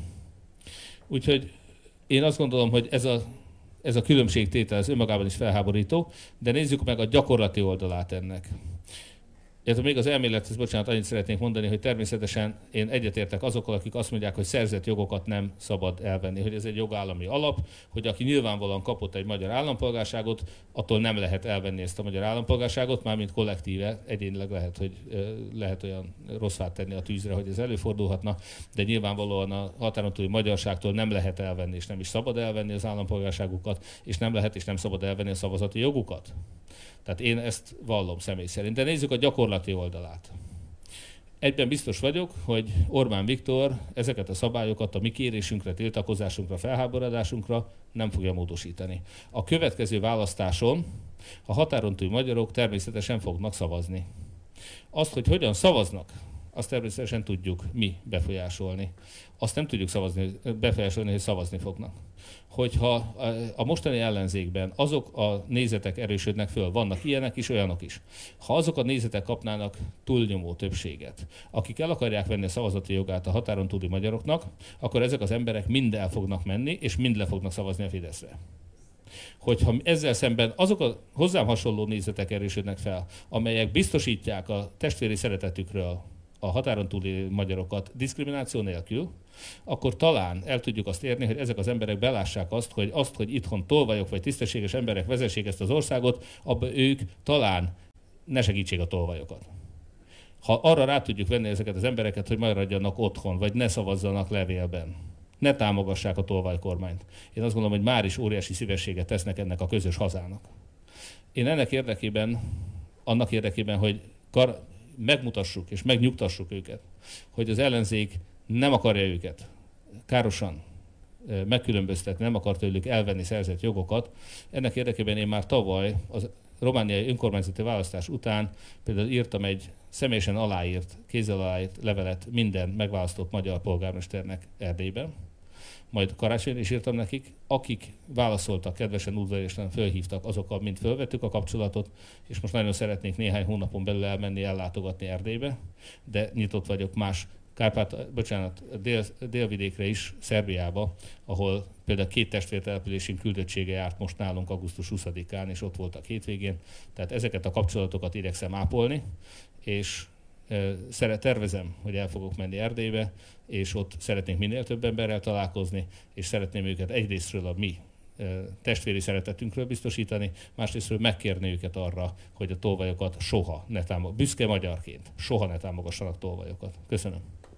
Úgyhogy én azt gondolom, hogy ez a, ez a különbségtétel az önmagában is felháborító, de nézzük meg a gyakorlati oldalát ennek. Illetve még az elmélethez, bocsánat, annyit szeretnék mondani, hogy természetesen én egyetértek azokkal, akik azt mondják, hogy szerzett jogokat nem szabad elvenni, hogy ez egy jogállami alap, hogy aki nyilvánvalóan kapott egy magyar állampolgárságot, attól nem lehet elvenni ezt a magyar állampolgárságot, mármint kollektíve, egyénileg lehet, hogy lehet olyan rossz fát tenni a tűzre, hogy ez előfordulhatna, de nyilvánvalóan a határon túli magyarságtól nem lehet elvenni, és nem is szabad elvenni az állampolgárságukat, és nem lehet és nem szabad elvenni a szavazati jogukat. Tehát én ezt vallom személy szerint. De nézzük a gyakorlati oldalát. Egyben biztos vagyok, hogy Orbán Viktor ezeket a szabályokat a mi kérésünkre, tiltakozásunkra, felháborodásunkra nem fogja módosítani. A következő választáson a határon túli magyarok természetesen fognak szavazni. Azt, hogy hogyan szavaznak, azt természetesen tudjuk mi befolyásolni. Azt nem tudjuk szavazni, befolyásolni, hogy szavazni fognak. Hogyha a mostani ellenzékben azok a nézetek erősödnek föl, vannak ilyenek is, olyanok is. Ha azok a nézetek kapnának túlnyomó többséget, akik el akarják venni a szavazati jogát a határon túli magyaroknak, akkor ezek az emberek mind el fognak menni, és mind le fognak szavazni a Fideszre. Hogyha ezzel szemben azok a hozzám hasonló nézetek erősödnek fel, amelyek biztosítják a testvéri szeretetükről a határon túli magyarokat diszkrimináció nélkül, akkor talán el tudjuk azt érni, hogy ezek az emberek belássák azt, hogy azt, hogy itthon tolvajok vagy tisztességes emberek vezessék ezt az országot, abban ők talán ne segítsék a tolvajokat. Ha arra rá tudjuk venni ezeket az embereket, hogy maradjanak otthon, vagy ne szavazzanak levélben, ne támogassák a tolvajkormányt. Én azt gondolom, hogy már is óriási szívességet tesznek ennek a közös hazának. Én ennek érdekében, annak érdekében, hogy kar- megmutassuk és megnyugtassuk őket, hogy az ellenzék nem akarja őket károsan megkülönböztetni, nem akar tőlük elvenni szerzett jogokat. Ennek érdekében én már tavaly az romániai önkormányzati választás után például írtam egy személyesen aláírt, kézzel aláírt levelet minden megválasztott magyar polgármesternek Erdélyben. Majd karácsonyra is írtam nekik, akik válaszoltak, kedvesen, udvariasan fölhívtak, azokkal mind fölvettük a kapcsolatot, és most nagyon szeretnék néhány hónapon belül elmenni, ellátogatni Erdélybe, de nyitott vagyok más Kárpát, bocsánat, dél, délvidékre is, Szerbiába, ahol például két testvértelepülésünk küldöttsége járt most nálunk augusztus huszadikán, és ott voltak hétvégén. Tehát ezeket a kapcsolatokat igyekszem ápolni, és e, tervezem, hogy el fogok menni Erdélybe, és ott szeretnénk minél több emberrel találkozni, és szeretném őket egyrésztről a mi testvéri szeretetünkről biztosítani, másrésztről megkérni őket arra, hogy a tolvajokat soha ne támogassanak, büszke magyarként, soha ne támogassanak tolvajokat. Köszönöm.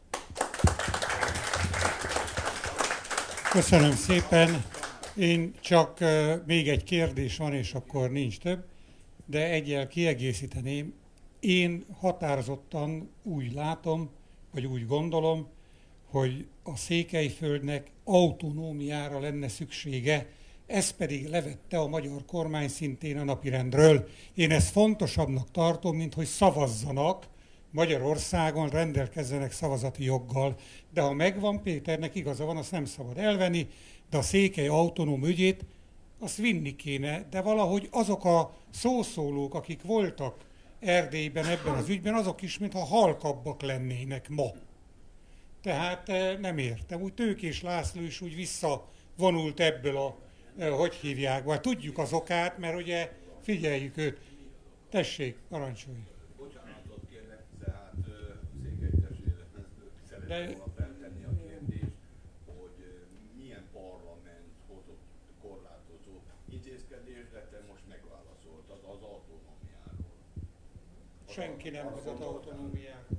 Köszönöm szépen. Én csak uh, még egy kérdés van, és akkor nincs több, de egyel kiegészíteném. Én határozottan úgy látom, vagy úgy gondolom, hogy a Székelyföldnek autonómiára lenne szüksége, ez pedig levette a magyar kormány szintén a napirendről. Én ezt fontosabbnak tartom, mint hogy szavazzanak, Magyarországon rendelkezzenek szavazati joggal. De ha megvan, Péternek igaza van, azt nem szabad elvenni, de a székely autonóm ügyét azt vinni kéne. De valahogy azok a szószólók, akik voltak Erdélyben ebben az ügyben, azok is, mintha halkabbak lennének ma. Tehát nem értem. Úgy Tőkés László is úgy visszavonult ebből a, hogy hívják, vagy tudjuk az okát, mert ugye figyeljük őt. Tessék, parancsolj. Bocsánatot kérlek, tehát Székely testvérekhez szeretném volna feltenni a kérdést, hogy milyen parlament hozott korlátozó intézkedést, de te most megválaszoltad az autonómiáról. Senki nem hozott autonómiáról.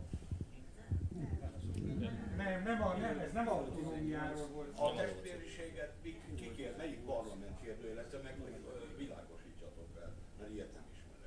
Nem, nem, a, nem, ez nem autonómiáról volt. A testvériséget ki kér, melyik parlament kérdőjelezte meg, hogy világosítsatok fel, mert ilyet nem ismerek.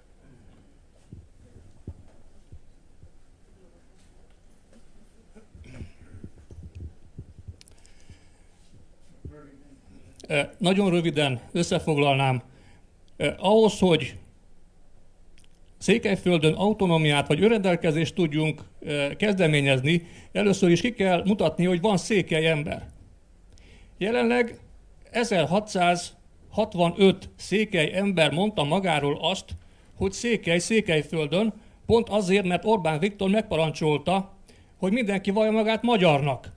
Eh, nagyon röviden összefoglalnám. Eh, ahhoz, hogy Székelyföldön autonómiát vagy önrendelkezést tudjunk eh, kezdeményezni, először is ki kell mutatni, hogy van székely ember. Jelenleg ezerhatszázhatvanöt székely ember mondta magáról azt, hogy székely Székelyföldön, pont azért, mert Orbán Viktor megparancsolta, hogy mindenki vallja magát magyarnak.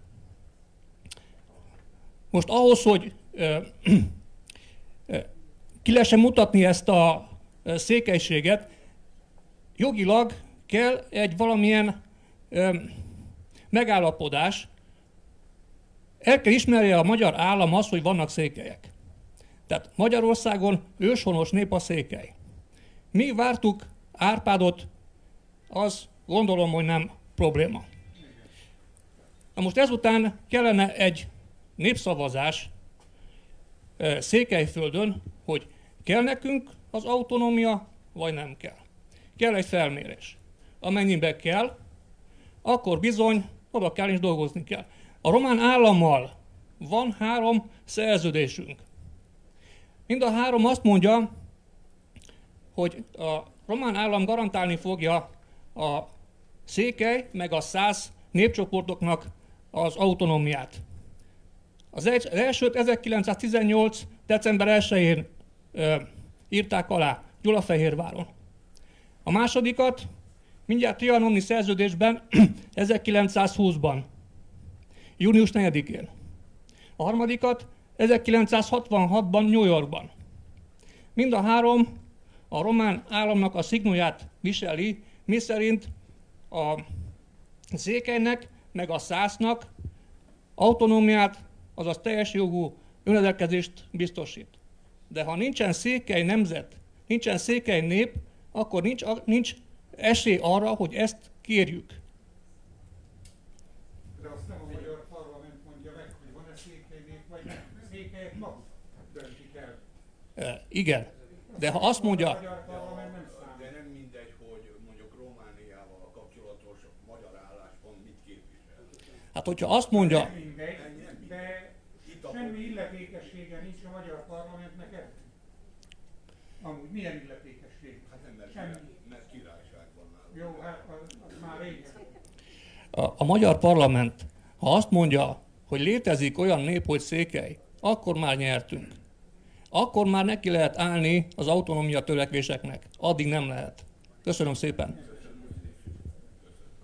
Most ahhoz, hogy eh, eh, ki lehessen mutatni ezt a eh, székelységet, jogilag kell egy valamilyen ö, megállapodás. El kell ismerje a magyar állam azt, hogy vannak székelyek. Tehát Magyarországon őshonos nép a székely. Mi vártuk Árpádot, az gondolom, hogy nem probléma. Na most ezután kellene egy népszavazás ö, Székelyföldön, hogy kell nekünk az autonómia, vagy nem kell. Kell egy felmérés. Amennyiben kell, akkor bizony oda kell és dolgozni kell. A román állammal van három szerződésünk. Mind a három azt mondja, hogy a román állam garantálni fogja a székely meg a szász népcsoportoknak az autonómiát. Az elsőt ezerkilencszáztizennyolc. december elsején ö, írták alá Gyulafehérváron. A másodikat mindjárt trianoni szerződésben ezerkilencszázhúszban, június negyedikén. A harmadikat ezerkilencszázhatvanhatban New Yorkban. Mind a három a román államnak a szignóját viseli, miszerint a székelynek meg a szásznak autonómiát, azaz teljes jogú önrendelkezést biztosít. De ha nincsen székely nemzet, nincsen székely nép, akkor nincs, nincs esély arra, hogy ezt kérjük. De azt nem a magyar parlament mondja meg, hogy van-e székely nép, vagy nem. Székelyek maguk döntik el. E, igen, de ha azt mondja... A magyar parlament nem számít. De nem mindegy, hogy mondjuk Romániával kapcsolatos magyar álláspont mit képvisel. Hát, hogyha azt mondja... Nem mindegy, de semmi illetékessége nincs a magyar parlamentnek ebben. Amúgy milyen illetékesség? Hát nem, mert, Semmi. mert királyságban nálunk. Jó, hát az, az már régen. A, a magyar parlament, ha azt mondja, hogy létezik olyan nép, hogy székely, akkor már nyertünk. Akkor már neki lehet állni az autonómia törekvéseknek. Addig nem lehet. Köszönöm szépen.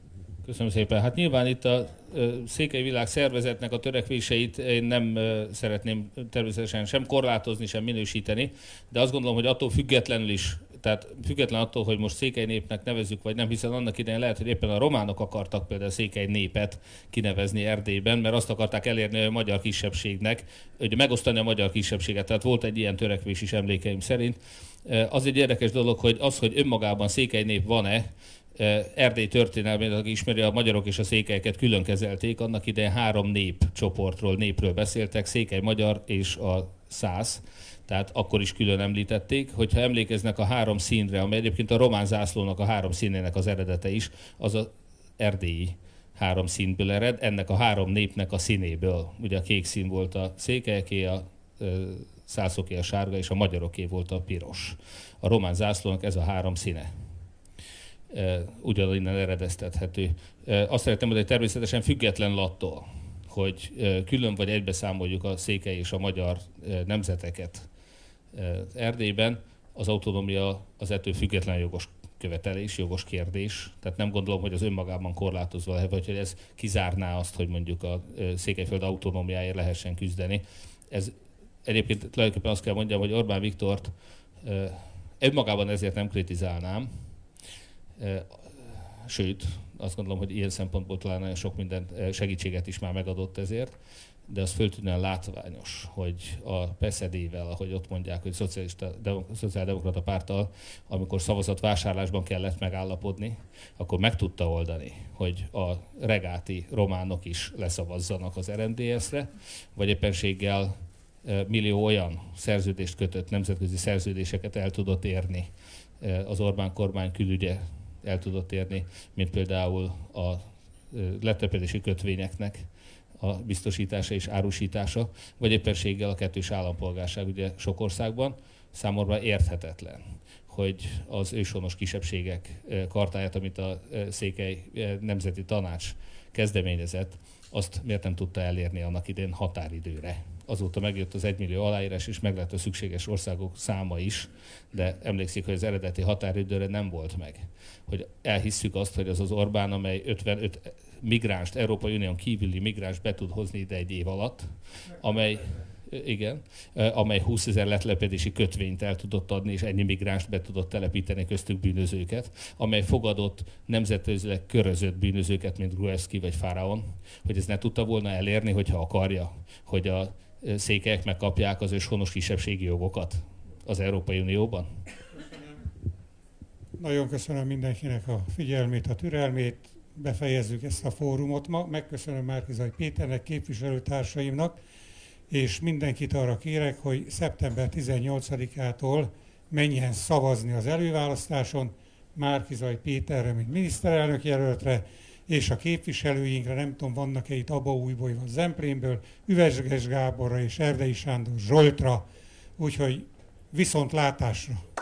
Köszönöm szépen. Hát nyilván itt a Székely Világ Szervezetnek a törekvéseit én nem szeretném természetesen sem korlátozni, sem minősíteni, de azt gondolom, hogy attól függetlenül is, tehát független attól, hogy most székely népnek nevezzük, vagy nem, hiszen annak idején lehet, hogy éppen a románok akartak például a székely népet kinevezni Erdélyben, mert azt akarták elérni a magyar kisebbségnek, hogy megosztani a magyar kisebbséget, tehát volt egy ilyen törekvés is emlékeim szerint. Az egy érdekes dolog, hogy az, hogy önmagában székely nép van-e, Erdély történelmét, aki ismeri, a magyarok és a székelyeket külön kezelték, annak idején három népcsoportról, népről beszéltek, székely magyar és a szász, tehát akkor is külön említették. Hogyha emlékeznek a három színre, amely egyébként a román zászlónak a három színének az eredete is, az az erdélyi három színből ered, ennek a három népnek a színéből. Ugye a kék szín volt a székelyeké, a szászoké a sárga, és a magyaroké volt a piros. A román zászlónak ez a három színe. Ugyaninnen eredeztethető. Azt szeretném mondani, hogy természetesen független attól, hogy külön vagy egybe számoljuk a székely és a magyar nemzeteket Erdélyben, az autonómia az ettől független jogos követelés, jogos kérdés. Tehát nem gondolom, hogy az önmagában korlátozva lehet, vagy hogy ez kizárná azt, hogy mondjuk a Székelyföld autonómiáért lehessen küzdeni. Ez egyébként tulajdonképpen azt kell mondjam, hogy Orbán Viktort önmagában ezért nem kritizálnám, sőt, azt gondolom, hogy ilyen szempontból talán nagyon sok minden segítséget is már megadott ezért, de az föltűnően látványos, hogy a pé e es zé dé-vel, ahogy ott mondják, hogy szocialista, szociáldemokrata párttal, amikor szavazatvásárlásban kellett megállapodni, akkor meg tudta oldani, hogy a regáti románok is leszavazzanak az er en dé es-re, vagy éppenséggel millió olyan szerződést kötött, nemzetközi szerződéseket el tudott érni az Orbán kormány külügye el tudott érni, mint például a letelepedési kötvényeknek a biztosítása és árusítása, vagy éppenséggel a kettős állampolgárság ugye sok országban. Számomra érthetetlen, hogy az őshonos kisebbségek kartáját, amit a Székely Nemzeti Tanács kezdeményezett, azt miért nem tudta elérni annak idén határidőre. Azóta megjött az egymillió aláírás, és meg lett a szükséges országok száma is, de emlékszik, hogy az eredeti határidőre nem volt meg. Hogy elhisszük azt, hogy az az Orbán, amely ötvenöt migránst, Európai Unión kívüli migránst be tud hozni ide egy év alatt, amely, igen, amely húszezer letelepedési kötvényt el tudott adni, és ennyi migránst be tudott telepíteni, köztük bűnözőket, amely fogadott nemzetközileg körözött bűnözőket, mint Gruevski vagy Faraon, hogy ez ne tudta volna elérni, hogyha akarja, hogy a székelyek megkapják az őshonos kisebbségi jogokat az Európai Unióban? Nagyon köszönöm mindenkinek a figyelmét, a türelmét. Befejezzük ezt a fórumot ma. Megköszönöm Márki-Zay Péternek, képviselőtársaimnak, és mindenkit arra kérek, hogy szeptember tizennyolcadikától menjen szavazni az előválasztáson Márki-Zay Péterre, mint miniszterelnök jelöltre, és a képviselőinkre, nem tudom, vannak-e itt Abaújból vagy Zemplénből, Üvesges Gáborra és Erdei Sándor Zsoltra, úgyhogy viszontlátásra!